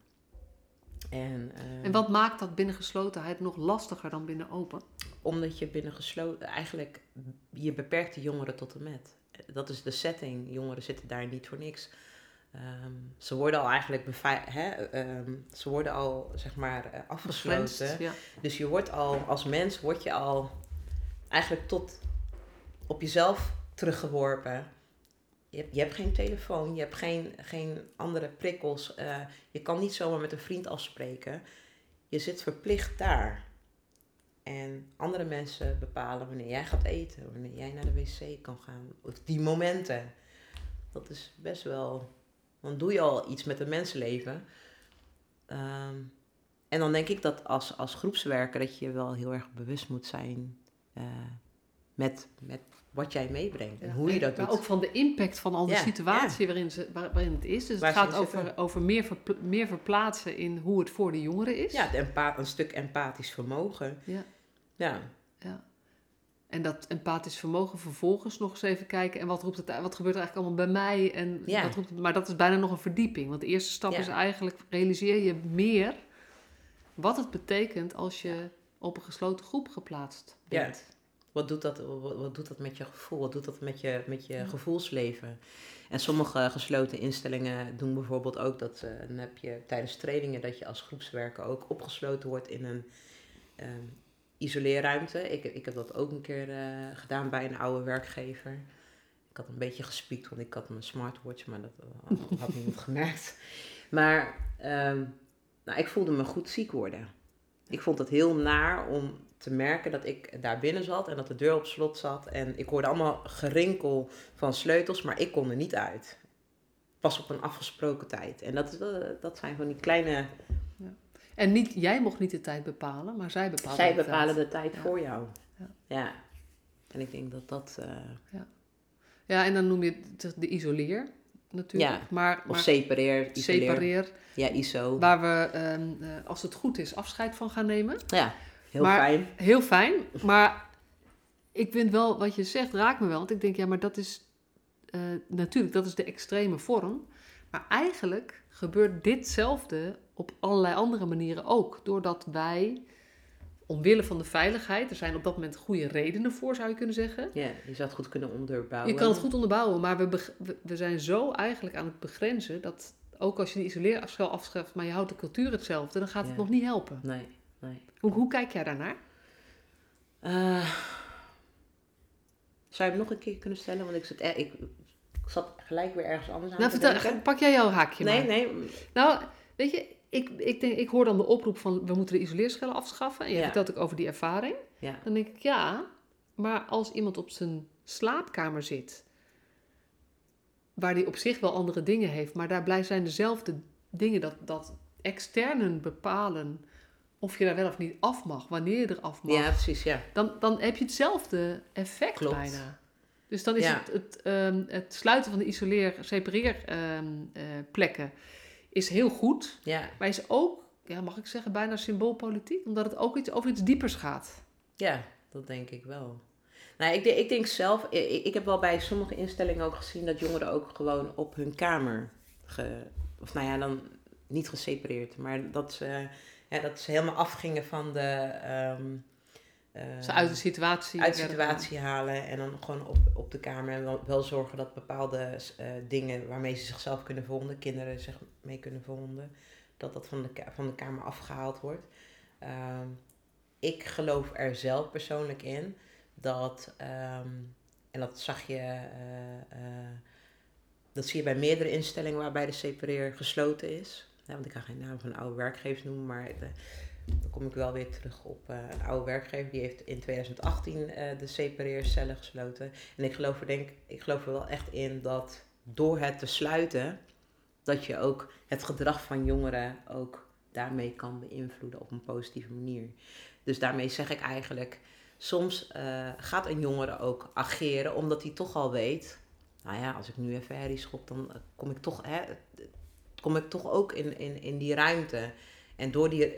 En, uh, en wat maakt dat binnen geslotenheid nog lastiger dan binnen open? Omdat je binnen gesloten, eigenlijk, je beperkt de jongeren tot en met. Dat is de setting. Jongeren zitten daar niet voor niks. Um, ze worden al eigenlijk bevei- hè, um, ze worden al, zeg maar, uh, afgesloten. Begrensd, ja. Dus je wordt al, als mens, word je al eigenlijk tot op jezelf teruggeworpen. Je hebt, je hebt geen telefoon, je hebt geen, geen andere prikkels. Uh, je kan niet zomaar met een vriend afspreken. Je zit verplicht daar. En andere mensen bepalen wanneer jij gaat eten, wanneer jij naar de wc kan gaan. Of die momenten. Dat is best wel... Dan doe je al iets met het mensenleven. Um, en dan denk ik dat als, als groepswerker dat je wel heel erg bewust moet zijn uh, met, met wat jij meebrengt. En ja, hoe je dat maar doet. ook van de impact van al de ja, situatie ja. waarin, ze, waar, waarin het is. Dus Waar het gaat over, over meer, verpla- meer verplaatsen in hoe het voor de jongeren is. Ja, empa- een stuk empathisch vermogen. Ja. Ja. ja. En dat empathisch vermogen vervolgens nog eens even kijken. En wat, roept het, wat gebeurt er eigenlijk allemaal bij mij? En ja. wat roept het, maar dat is bijna nog een verdieping. Want de eerste stap ja. is eigenlijk, realiseer je meer wat het betekent als je op een gesloten groep geplaatst bent. Ja. Wat doet dat, wat, wat doet dat met je gevoel? Wat doet dat met je, met je ja. gevoelsleven? En sommige gesloten instellingen doen bijvoorbeeld ook dat... Uh, dan heb je tijdens trainingen dat je als groepswerker ook opgesloten wordt in een... Um, isoleerruimte. Ik, ik heb dat ook een keer uh, gedaan bij een oude werkgever. Ik had een beetje gespiekt, want ik had mijn smartwatch, maar dat uh, had niemand gemerkt. Maar um, nou, ik voelde me goed ziek worden. Ik vond het heel naar om te merken dat ik daar binnen zat en dat de deur op slot zat. En ik hoorde allemaal gerinkel van sleutels, maar ik kon er niet uit. Pas op een afgesproken tijd. En dat, is, dat zijn van die kleine... Ja. En niet, jij mocht niet de tijd bepalen, maar zij bepalen Zij de bepalen tijd. de tijd Ja. voor jou. Ja. Ja. En ik denk dat dat... Uh... Ja. ja, en dan noem je het de isoleer natuurlijk. Ja, maar, of maar separeer, isoleer. Separeer. Ja, I S O. Waar we, um, uh, als het goed is, afscheid van gaan nemen. Ja, heel maar, fijn. Heel fijn, maar ik vind wel, wat je zegt, raakt me wel. Want ik denk, ja, maar dat is... Uh, natuurlijk, dat is de extreme vorm. Maar eigenlijk gebeurt ditzelfde op allerlei andere manieren ook. Doordat wij, omwille van de veiligheid... Er zijn op dat moment goede redenen voor, zou je kunnen zeggen. Ja, je zou het goed kunnen onderbouwen. Je kan het goed onderbouwen, maar we, beg- we, we zijn zo eigenlijk aan het begrenzen... dat ook als je die isoleerafschel afschaft... maar je houdt de cultuur hetzelfde, dan gaat het Ja. nog niet helpen. Nee, nee. Hoe, hoe kijk jij daarnaar? Uh, zou je hem nog een keer kunnen stellen? Want ik zat, er, ik, ik zat gelijk weer ergens anders aan nou, te vertel, denken. pak jij jouw haakje Nee, maar. nee. Nou, weet je, ik, ik, denk, ik hoor dan de oproep van... we moeten de isoleerschellen afschaffen. En je Ja. vertelt ook over die ervaring. Ja. Dan denk ik, ja, maar als iemand op zijn slaapkamer zit... waar die op zich wel andere dingen heeft... maar daar blij zijn dezelfde dingen... dat, dat externen bepalen... of je daar wel of niet af mag, wanneer je er af mag... Ja, precies, ja. Dan, dan heb je hetzelfde effect Klopt. bijna. Dus dan is Ja. het, het, um, het sluiten van de isoleer, separeer um, uh, plekken is heel goed. Ja. Maar is ook, ja, mag ik zeggen, bijna symboolpolitiek. Omdat het ook iets over iets diepers gaat. Ja, dat denk ik wel. Nou, ik, denk, ik denk zelf, ik, ik heb wel bij sommige instellingen ook gezien dat jongeren ook gewoon op hun kamer, ge, of nou ja, dan niet gesepareerd, maar dat ze, ja, dat ze helemaal afgingen van de... Um, uh, ze uit de situatie... Uit de situatie halen en dan gewoon op, op de kamer en wel, wel zorgen dat bepaalde uh, dingen waarmee ze zichzelf kunnen verwonden, kinderen zich mee kunnen verwonden, dat dat van de, van de kamer afgehaald wordt. Um, ik geloof er zelf persoonlijk in dat, um, en dat zag je, uh, uh, dat zie je bij meerdere instellingen waarbij de separeer gesloten is. Ja, want ik ga geen naam van oude werkgevers noemen, maar de, dan kom ik wel weer terug op uh, een oude werkgever. Die heeft in twintig achttien uh, de separeercellen gesloten. En ik geloof, er denk, ik geloof er wel echt in dat door het te sluiten, dat je ook het gedrag van jongeren ook daarmee kan beïnvloeden op een positieve manier. Dus daarmee zeg ik eigenlijk, soms uh, gaat een jongere ook ageren omdat hij toch al weet, nou ja, als ik nu even herrie schop, dan kom ik toch, hè, kom ik toch ook in, in, in die ruimte. En door die,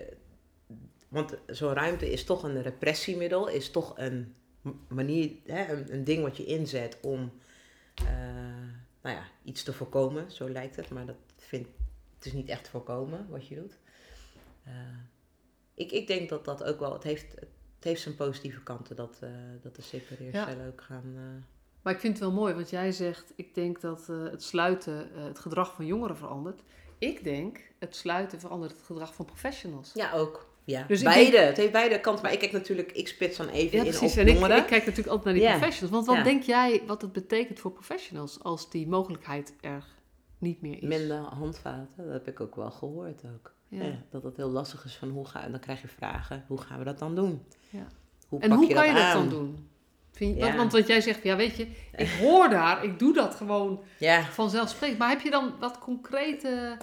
want zo'n ruimte is toch een repressiemiddel, is toch een manier, hè, een, een ding wat je inzet om uh, nou ja, iets te voorkomen, zo lijkt het, maar dat vind, het is niet echt voorkomen wat je doet. Uh, ik, ik denk dat dat ook wel, het heeft, het heeft zijn positieve kanten dat, uh, dat de separeercellen ja. ook gaan... Uh... Maar ik vind het wel mooi, want jij zegt, ik denk dat uh, het sluiten uh, het gedrag van jongeren verandert. Ik denk, het sluiten verandert het gedrag van professionals. Ja, ook. Ja, dus beide. Denk, het heeft beide kanten. Maar ik kijk natuurlijk, ik spits dan even ja, in precies. op en jongeren. Ik, ik kijk natuurlijk altijd naar die ja. professionals. Want wat ja. denk jij wat het betekent voor professionals als die mogelijkheid er niet meer is? Minder handvaten, dat heb ik ook wel gehoord ook. Ja. Ja, dat het heel lastig is van hoe ga en dan krijg je vragen, hoe gaan we dat dan doen? Ja. Hoe en pak hoe je kan dat je aan? dat dan doen? Vind je, ja. want, want wat jij zegt, ja weet je, ik hoor daar, ik doe dat gewoon ja. vanzelfsprekend. Maar heb je dan wat concrete,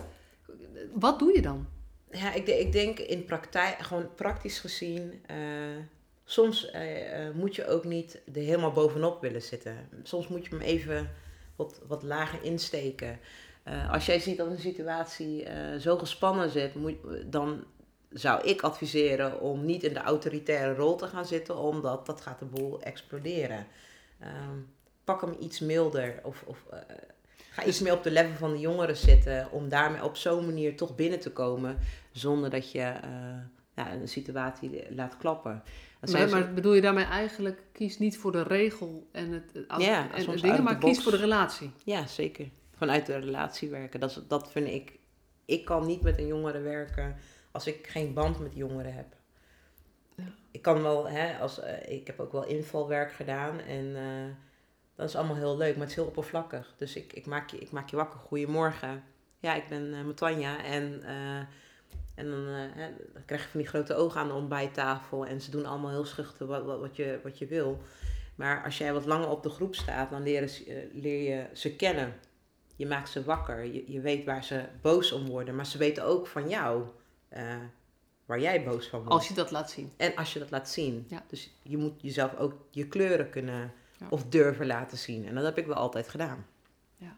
wat doe je dan? Ja, ik, ik denk in praktijk, gewoon praktisch gezien, uh, soms uh, uh, moet je ook niet er helemaal bovenop willen zitten. Soms moet je hem even wat, wat lager insteken. Uh, als jij ziet dat een situatie uh, zo gespannen zit, moet, dan zou ik adviseren om niet in de autoritaire rol te gaan zitten, omdat dat gaat de boel exploderen. Um, pak hem iets milder of... of uh, Ga iets meer op de level van de jongeren zitten, om daarmee op zo'n manier toch binnen te komen, zonder dat je uh, ja, een situatie laat klappen. Maar, maar bedoel je daarmee eigenlijk, kies niet voor de regel en het, het, ja, en het dingen, maar kies voor de relatie? Ja, zeker. Vanuit de relatie werken. Dat, is, dat vind ik, ik kan niet met een jongere werken als ik geen band met jongeren heb. Ja. Ik kan wel, hè, als, uh, ik heb ook wel invalwerk gedaan en... Uh, dat is allemaal heel leuk, maar het is heel oppervlakkig. Dus ik, ik, maak, je, ik maak je wakker. Goedemorgen. Ja, ik ben uh, Matanja. En uh, En dan, uh, hè, dan krijg je van die grote ogen aan de ontbijttafel. En ze doen allemaal heel schuchter wat, wat, wat, je, wat je wil. Maar als jij wat langer op de groep staat, dan leren ze, uh, leer je ze kennen. Je maakt ze wakker. Je, je weet waar ze boos om worden. Maar ze weten ook van jou uh, waar jij boos van wordt. Als je dat laat zien. En als je dat laat zien. Ja. Dus je moet jezelf ook je kleuren kunnen ja. of durven laten zien. En dat heb ik wel altijd gedaan. Ja.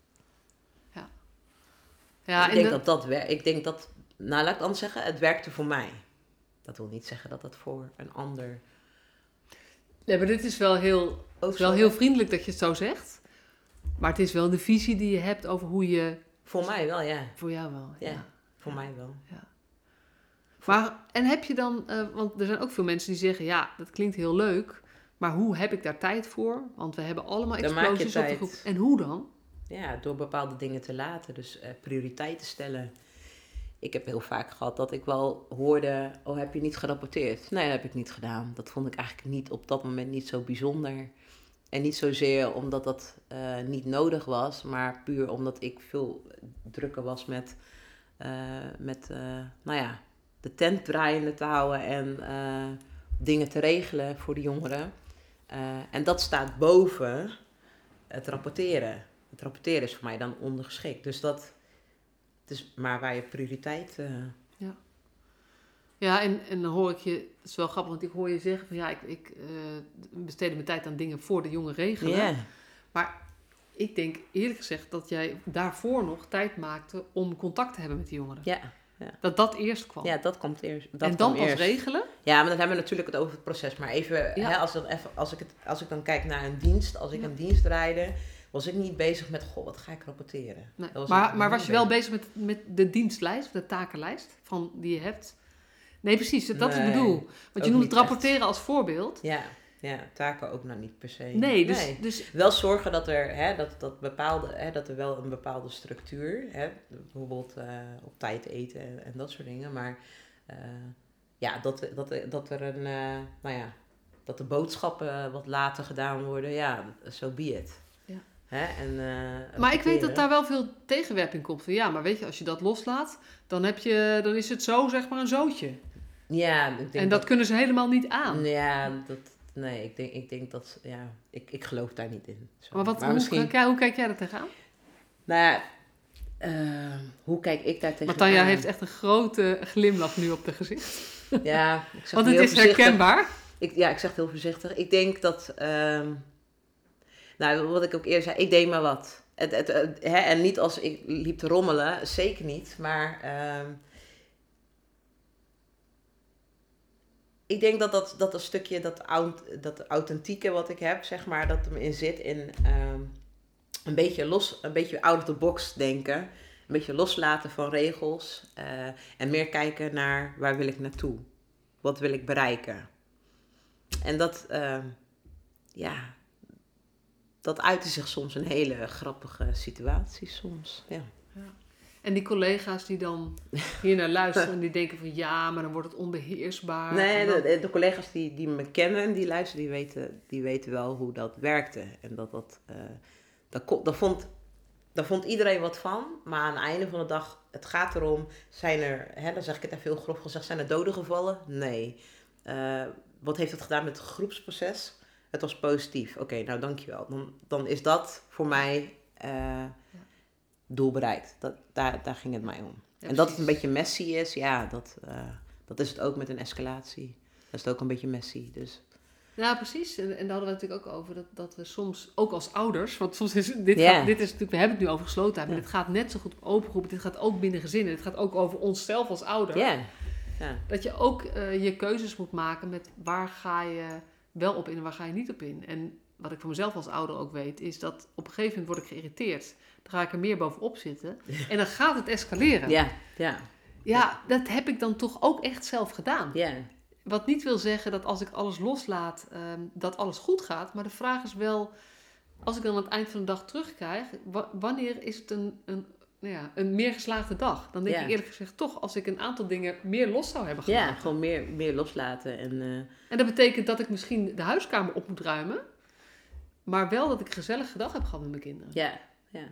Ja. ja ik, denk de... dat dat wer- ik denk dat, nou laat ik het anders zeggen, het werkte voor mij. Dat wil niet zeggen dat het voor een ander... Nee, maar dit is wel heel, is wel heel vriendelijk dat je het zo zegt. Maar het is wel de visie die je hebt over hoe je... Voor mij wel, ja. Voor jou wel, ja. ja voor ja. mij wel. Ja. Maar, en heb je dan... Uh, want er zijn ook veel mensen die zeggen... Ja, dat klinkt heel leuk. Maar hoe heb ik daar tijd voor? Want we hebben allemaal explosies op de groep. En hoe dan? Ja, door bepaalde dingen te laten. Dus uh, prioriteiten stellen. Ik heb heel vaak gehad dat ik wel hoorde... Oh, heb je niet gerapporteerd? Nee, dat heb ik niet gedaan. Dat vond ik eigenlijk niet op dat moment niet zo bijzonder. En niet zozeer omdat dat uh, niet nodig was, maar puur omdat ik veel drukker was met, uh, met uh, nou ja, de tent draaiende te houden en uh, dingen te regelen voor de jongeren. Uh, en dat staat boven het rapporteren. Het rapporteren is voor mij dan ondergeschikt. Dus dat is maar waar je prioriteit... Uh... Ja, ja en, en dan hoor ik je, het is wel grappig, want ik hoor je zeggen van ja, ik, ik uh, besteed mijn tijd aan dingen voor de jongen regelen. Yeah. Maar ik denk eerlijk gezegd dat jij daarvoor nog tijd maakte om contact te hebben met die jongeren. Ja. Ja. Dat dat eerst kwam. Ja, dat komt eerst. Dat en dan pas eerst. regelen? Ja, maar dan hebben we natuurlijk het over het proces. Maar even, ja. hè, als, dan even als, ik het, als ik dan kijk naar een dienst, als ik ja. een dienst draaide, was ik niet bezig met, goh, wat ga ik rapporteren? Nee. Was maar maar was je bezig. wel bezig met, met de dienstlijst, de takenlijst van, die je hebt? Nee, precies, dat nee, is het bedoel. Want je noemt het rapporteren echt als voorbeeld. Ja. Ja, taken ook nou niet per se. Nee, dus... nee. dus wel zorgen dat er, hè, dat, dat, bepaalde, hè, dat er wel een bepaalde structuur... Hè, bijvoorbeeld uh, op tijd eten en, en dat soort dingen. Maar uh, ja, dat, dat, dat er een... Uh, nou ja, dat de boodschappen wat later gedaan worden. Ja, so be it. Ja. Hè, en, uh, maar ik weet dat daar wel veel tegenwerping komt. Van, ja, maar weet je, als je dat loslaat... Dan, heb je, dan is het zo, zeg maar, een zootje. Ja, ik denk en dat, dat kunnen ze helemaal niet aan. Ja, dat... Nee, ik denk, ik denk dat, ja, ik, ik geloof daar niet in. Zo. Maar, wat, maar hoe, misschien... kijk, hoe kijk jij daar tegenaan? Nou ja, uh, hoe kijk ik daar tegenaan? Want Tanja heeft echt een grote glimlach nu op de gezicht. Ja, ik zeg want het is herkenbaar. Ik, ja, ik zeg het heel voorzichtig. Ik denk dat, uh, nou, wat ik ook eerder zei, ik deed maar wat. Het, het, het, hè, en niet als ik liep te rommelen, zeker niet, maar... Uh, Ik denk dat dat, dat een stukje, dat, dat authentieke wat ik heb, zeg maar, dat er in zit in um, een beetje los, een beetje out of the box denken. Een beetje loslaten van regels. Uh, en meer kijken naar waar wil ik naartoe? Wat wil ik bereiken? En dat, uh, ja, dat uitte zich soms in hele grappige situaties soms, ja. Ja. En die collega's die dan hier naar luisteren en die denken van ja, maar dan wordt het onbeheersbaar. Nee, dan... de, de collega's die, die me kennen en die luisteren, die weten, die weten wel hoe dat werkte. En dat dat, uh, dat, dat vond, daar vond iedereen wat van. Maar aan het einde van de dag, het gaat erom, zijn er, hè, dan zeg ik het even heel grof gezegd, zijn er doden gevallen? Nee. Uh, wat heeft het gedaan met het groepsproces? Het was positief. Oké, okay, nou dankjewel. Dan, dan is dat voor mij... Uh, ja. doel bereikt. Dat, daar, daar ging het mij om. Ja, en dat het een beetje messy is, ja, dat, uh, dat is het ook met een escalatie. Dat is het ook een beetje messy, dus... Ja, precies. En, en daar hadden we het natuurlijk ook over, dat, dat we soms, ook als ouders, want soms is dit, yeah. gaat, dit is natuurlijk, we hebben het nu over geslotenheid, maar ja. dit gaat net zo goed op open groepen, dit gaat ook binnen gezinnen, dit gaat ook over onszelf als ouder. Yeah. Ja. Dat je ook uh, je keuzes moet maken met waar ga je wel op in en waar ga je niet op in. En wat ik voor mezelf als ouder ook weet, is dat op een gegeven moment word ik geïrriteerd. Dan ga ik er meer bovenop zitten. En dan gaat het escaleren. Ja, ja. Ja, dat heb ik dan toch ook echt zelf gedaan. Ja. Wat niet wil zeggen dat als ik alles loslaat, um, dat alles goed gaat. Maar de vraag is wel, als ik dan aan het eind van de dag terugkrijg, w- wanneer is het een, een, nou ja, een meer geslaagde dag? Dan denk ja. ik eerlijk gezegd toch, als ik een aantal dingen meer los zou hebben gemaakt. Ja, gewoon meer, meer loslaten. En, uh... en dat betekent dat ik misschien de huiskamer op moet ruimen. Maar wel dat ik een gezellige dag heb gehad met mijn kinderen. Ja, ja.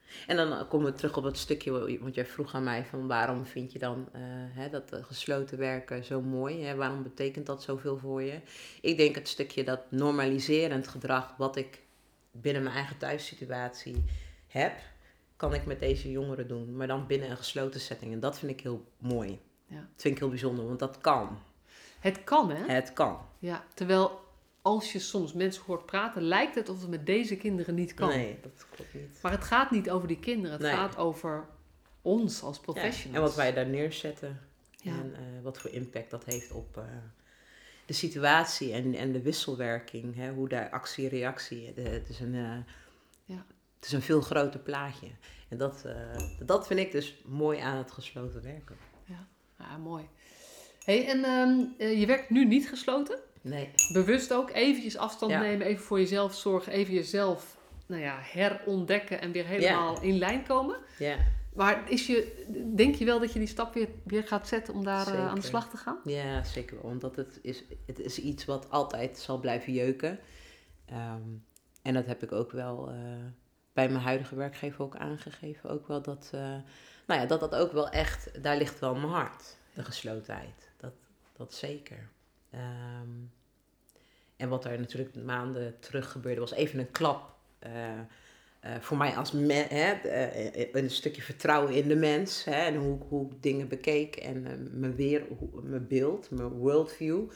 En dan komen we terug op dat stukje, want jij vroeg aan mij van waarom vind je dan uh, hè, dat uh, gesloten werken zo mooi? Hè? Waarom betekent dat zoveel voor je? Ik denk het stukje dat normaliserend gedrag wat ik binnen mijn eigen thuissituatie heb, kan ik met deze jongeren doen. Maar dan binnen een gesloten setting. En dat vind ik heel mooi. Ja. Dat vind ik heel bijzonder, want dat kan. Het kan, hè? Het kan. Ja, terwijl als je soms mensen hoort praten, lijkt het of het met deze kinderen niet kan. Nee, dat klopt niet. Maar het gaat niet over die kinderen. Het nee. gaat over ons als professionals. Ja, en wat wij daar neerzetten. Ja. En uh, wat voor impact dat heeft op uh, de situatie en, en de wisselwerking. Hè? Hoe daar actie-reactie. Het is een, uh, ja. het is een veel groter plaatje. En dat, uh, dat vind ik dus mooi aan het gesloten werken. Ja, ja mooi. Hey, en um, uh, je werkt nu niet gesloten? Nee. Bewust ook eventjes afstand ja. nemen, even voor jezelf zorgen, even jezelf nou ja, herontdekken en weer helemaal ja. in lijn komen. Ja. Maar is je, denk je wel dat je die stap weer, weer gaat zetten om daar uh, aan de slag te gaan? Ja, zeker wel. Want het is, het is iets wat altijd zal blijven jeuken. Um, en dat heb ik ook wel uh, bij mijn huidige werkgever ook aangegeven. Ook wel dat, uh, nou ja, dat dat ook wel echt, daar ligt wel mijn hart, de geslotenheid. Dat, dat zeker. Um, en wat er natuurlijk maanden terug gebeurde, was even een klap. Uh, uh, voor mij als me, hè, uh, een stukje vertrouwen in de mens. Hè, en hoe, hoe ik dingen bekeek. En uh, mijn, weer, hoe, mijn beeld, mijn worldview.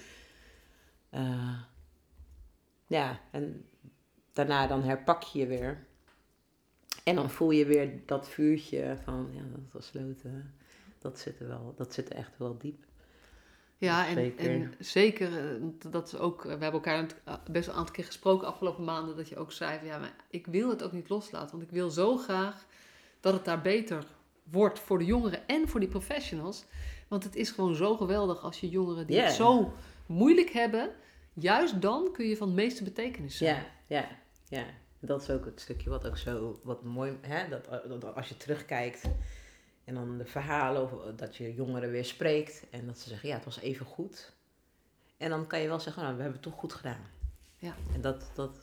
Uh, ja, en daarna dan herpak je je weer. En dan voel je weer dat vuurtje van, ja, dat was gesloten. Dat zit er wel, dat zit er echt wel diep. Ja, en zeker. en zeker, dat is ook, we hebben elkaar best wel een aantal keer gesproken afgelopen maanden, dat je ook zei van ja, maar ik wil het ook niet loslaten, want ik wil zo graag dat het daar beter wordt voor de jongeren en voor die professionals. Want het is gewoon zo geweldig als je jongeren die yeah. het zo moeilijk hebben, juist dan kun je van de meeste betekenis zijn. Ja, ja, ja. Dat is ook het stukje wat ook zo, wat mooi, hè, dat, dat als je terugkijkt. En dan de verhalen, of dat je jongeren weer spreekt. En dat ze zeggen, ja, het was even goed. En dan kan je wel zeggen, nou, we hebben het toch goed gedaan. Ja. En dat, dat,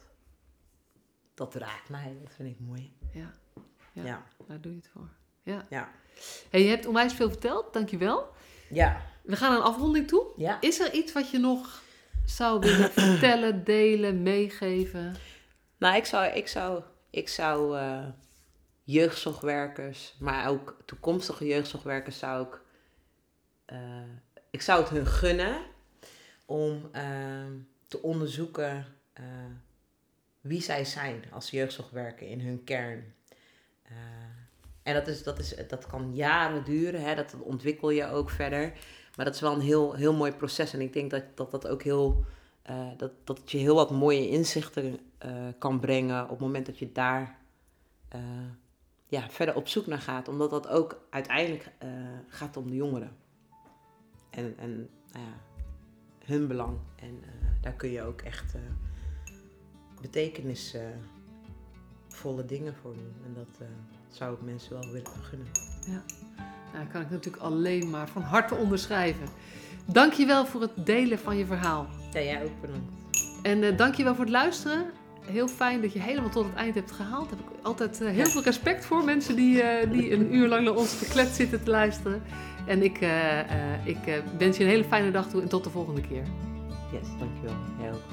dat raakt mij. Dat vind ik mooi. Ja, ja. ja. Daar doe je het voor. Ja. ja. Hey, je hebt onwijs veel verteld, dankjewel. Ja. We gaan naar een afronding toe. Ja. Is er iets wat je nog zou willen vertellen, delen, meegeven? Nou, ik zou... Ik zou, ik zou uh, jeugdzorgwerkers, maar ook toekomstige jeugdzorgwerkers zou ik... Uh, ik zou het hun gunnen om uh, te onderzoeken uh, wie zij zijn als jeugdzorgwerker in hun kern. Uh, en dat, is, dat, is, dat kan jaren duren, hè, dat ontwikkel je ook verder. Maar dat is wel een heel, heel mooi proces. En ik denk dat dat, dat ook heel... Uh, dat, dat het je heel wat mooie inzichten uh, kan brengen op het moment dat je daar uh, ja, verder op zoek naar gaat. Omdat dat ook uiteindelijk uh, gaat om de jongeren. En, en uh, ja, hun belang. En uh, daar kun je ook echt uh, betekenisvolle uh, dingen voor doen. En dat uh, zou ik mensen wel willen gunnen. Ja, nou, dat kan ik natuurlijk alleen maar van harte onderschrijven. Dank je wel voor het delen van je verhaal. Ja, jij ook bedankt. En uh, dank je wel voor het luisteren. Heel fijn dat je helemaal tot het eind hebt gehaald. Daar heb ik altijd uh, heel veel respect voor. Mensen die, uh, die een uur lang naar ons geklet zitten te luisteren. En ik, uh, uh, ik uh, wens je een hele fijne dag toe en tot de volgende keer. Yes, dankjewel. Jij ook.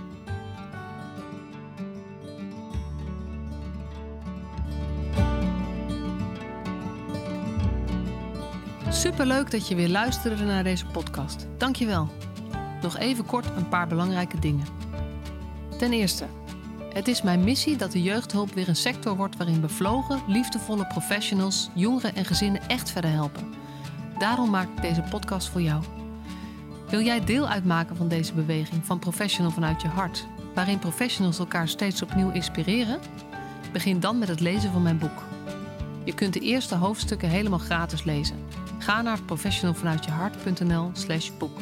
Superleuk dat je weer luisterde naar deze podcast. Dank je wel. Nog even kort een paar belangrijke dingen. Ten eerste, het is mijn missie dat de jeugdhulp weer een sector wordt waarin bevlogen, liefdevolle professionals, jongeren en gezinnen echt verder helpen. Daarom maak ik deze podcast voor jou. Wil jij deel uitmaken van deze beweging van Professional vanuit je hart, waarin professionals elkaar steeds opnieuw inspireren? Begin dan met het lezen van mijn boek. Je kunt de eerste hoofdstukken helemaal gratis lezen. Ga naar professionalvanuitjehart.nl slash boek.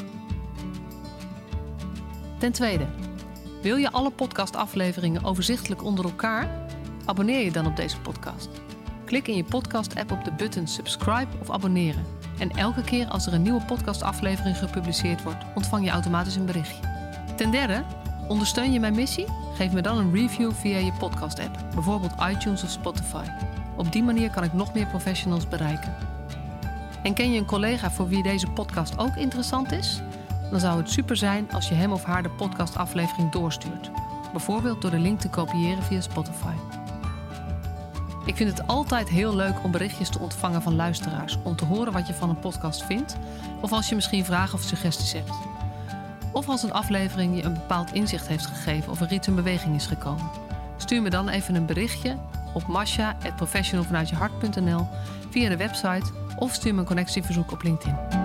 Ten tweede, wil je alle podcastafleveringen overzichtelijk onder elkaar? Abonneer je dan op deze podcast. Klik in je podcast-app op de button subscribe of abonneren. En elke keer als er een nieuwe podcastaflevering gepubliceerd wordt, ontvang je automatisch een berichtje. Ten derde, ondersteun je mijn missie? Geef me dan een review via je podcast-app, bijvoorbeeld iTunes of Spotify. Op die manier kan ik nog meer professionals bereiken. En ken je een collega voor wie deze podcast ook interessant is? Dan zou het super zijn als je hem of haar de podcastaflevering doorstuurt. Bijvoorbeeld door de link te kopiëren via Spotify. Ik vind het altijd heel leuk om berichtjes te ontvangen van luisteraars, om te horen wat je van een podcast vindt, of als je misschien vragen of suggesties hebt. Of als een aflevering je een bepaald inzicht heeft gegeven of er iets in beweging is gekomen. Stuur me dan even een berichtje op masha at professional vanuit je hart punt n l, via de website of stuur me een connectieverzoek op LinkedIn.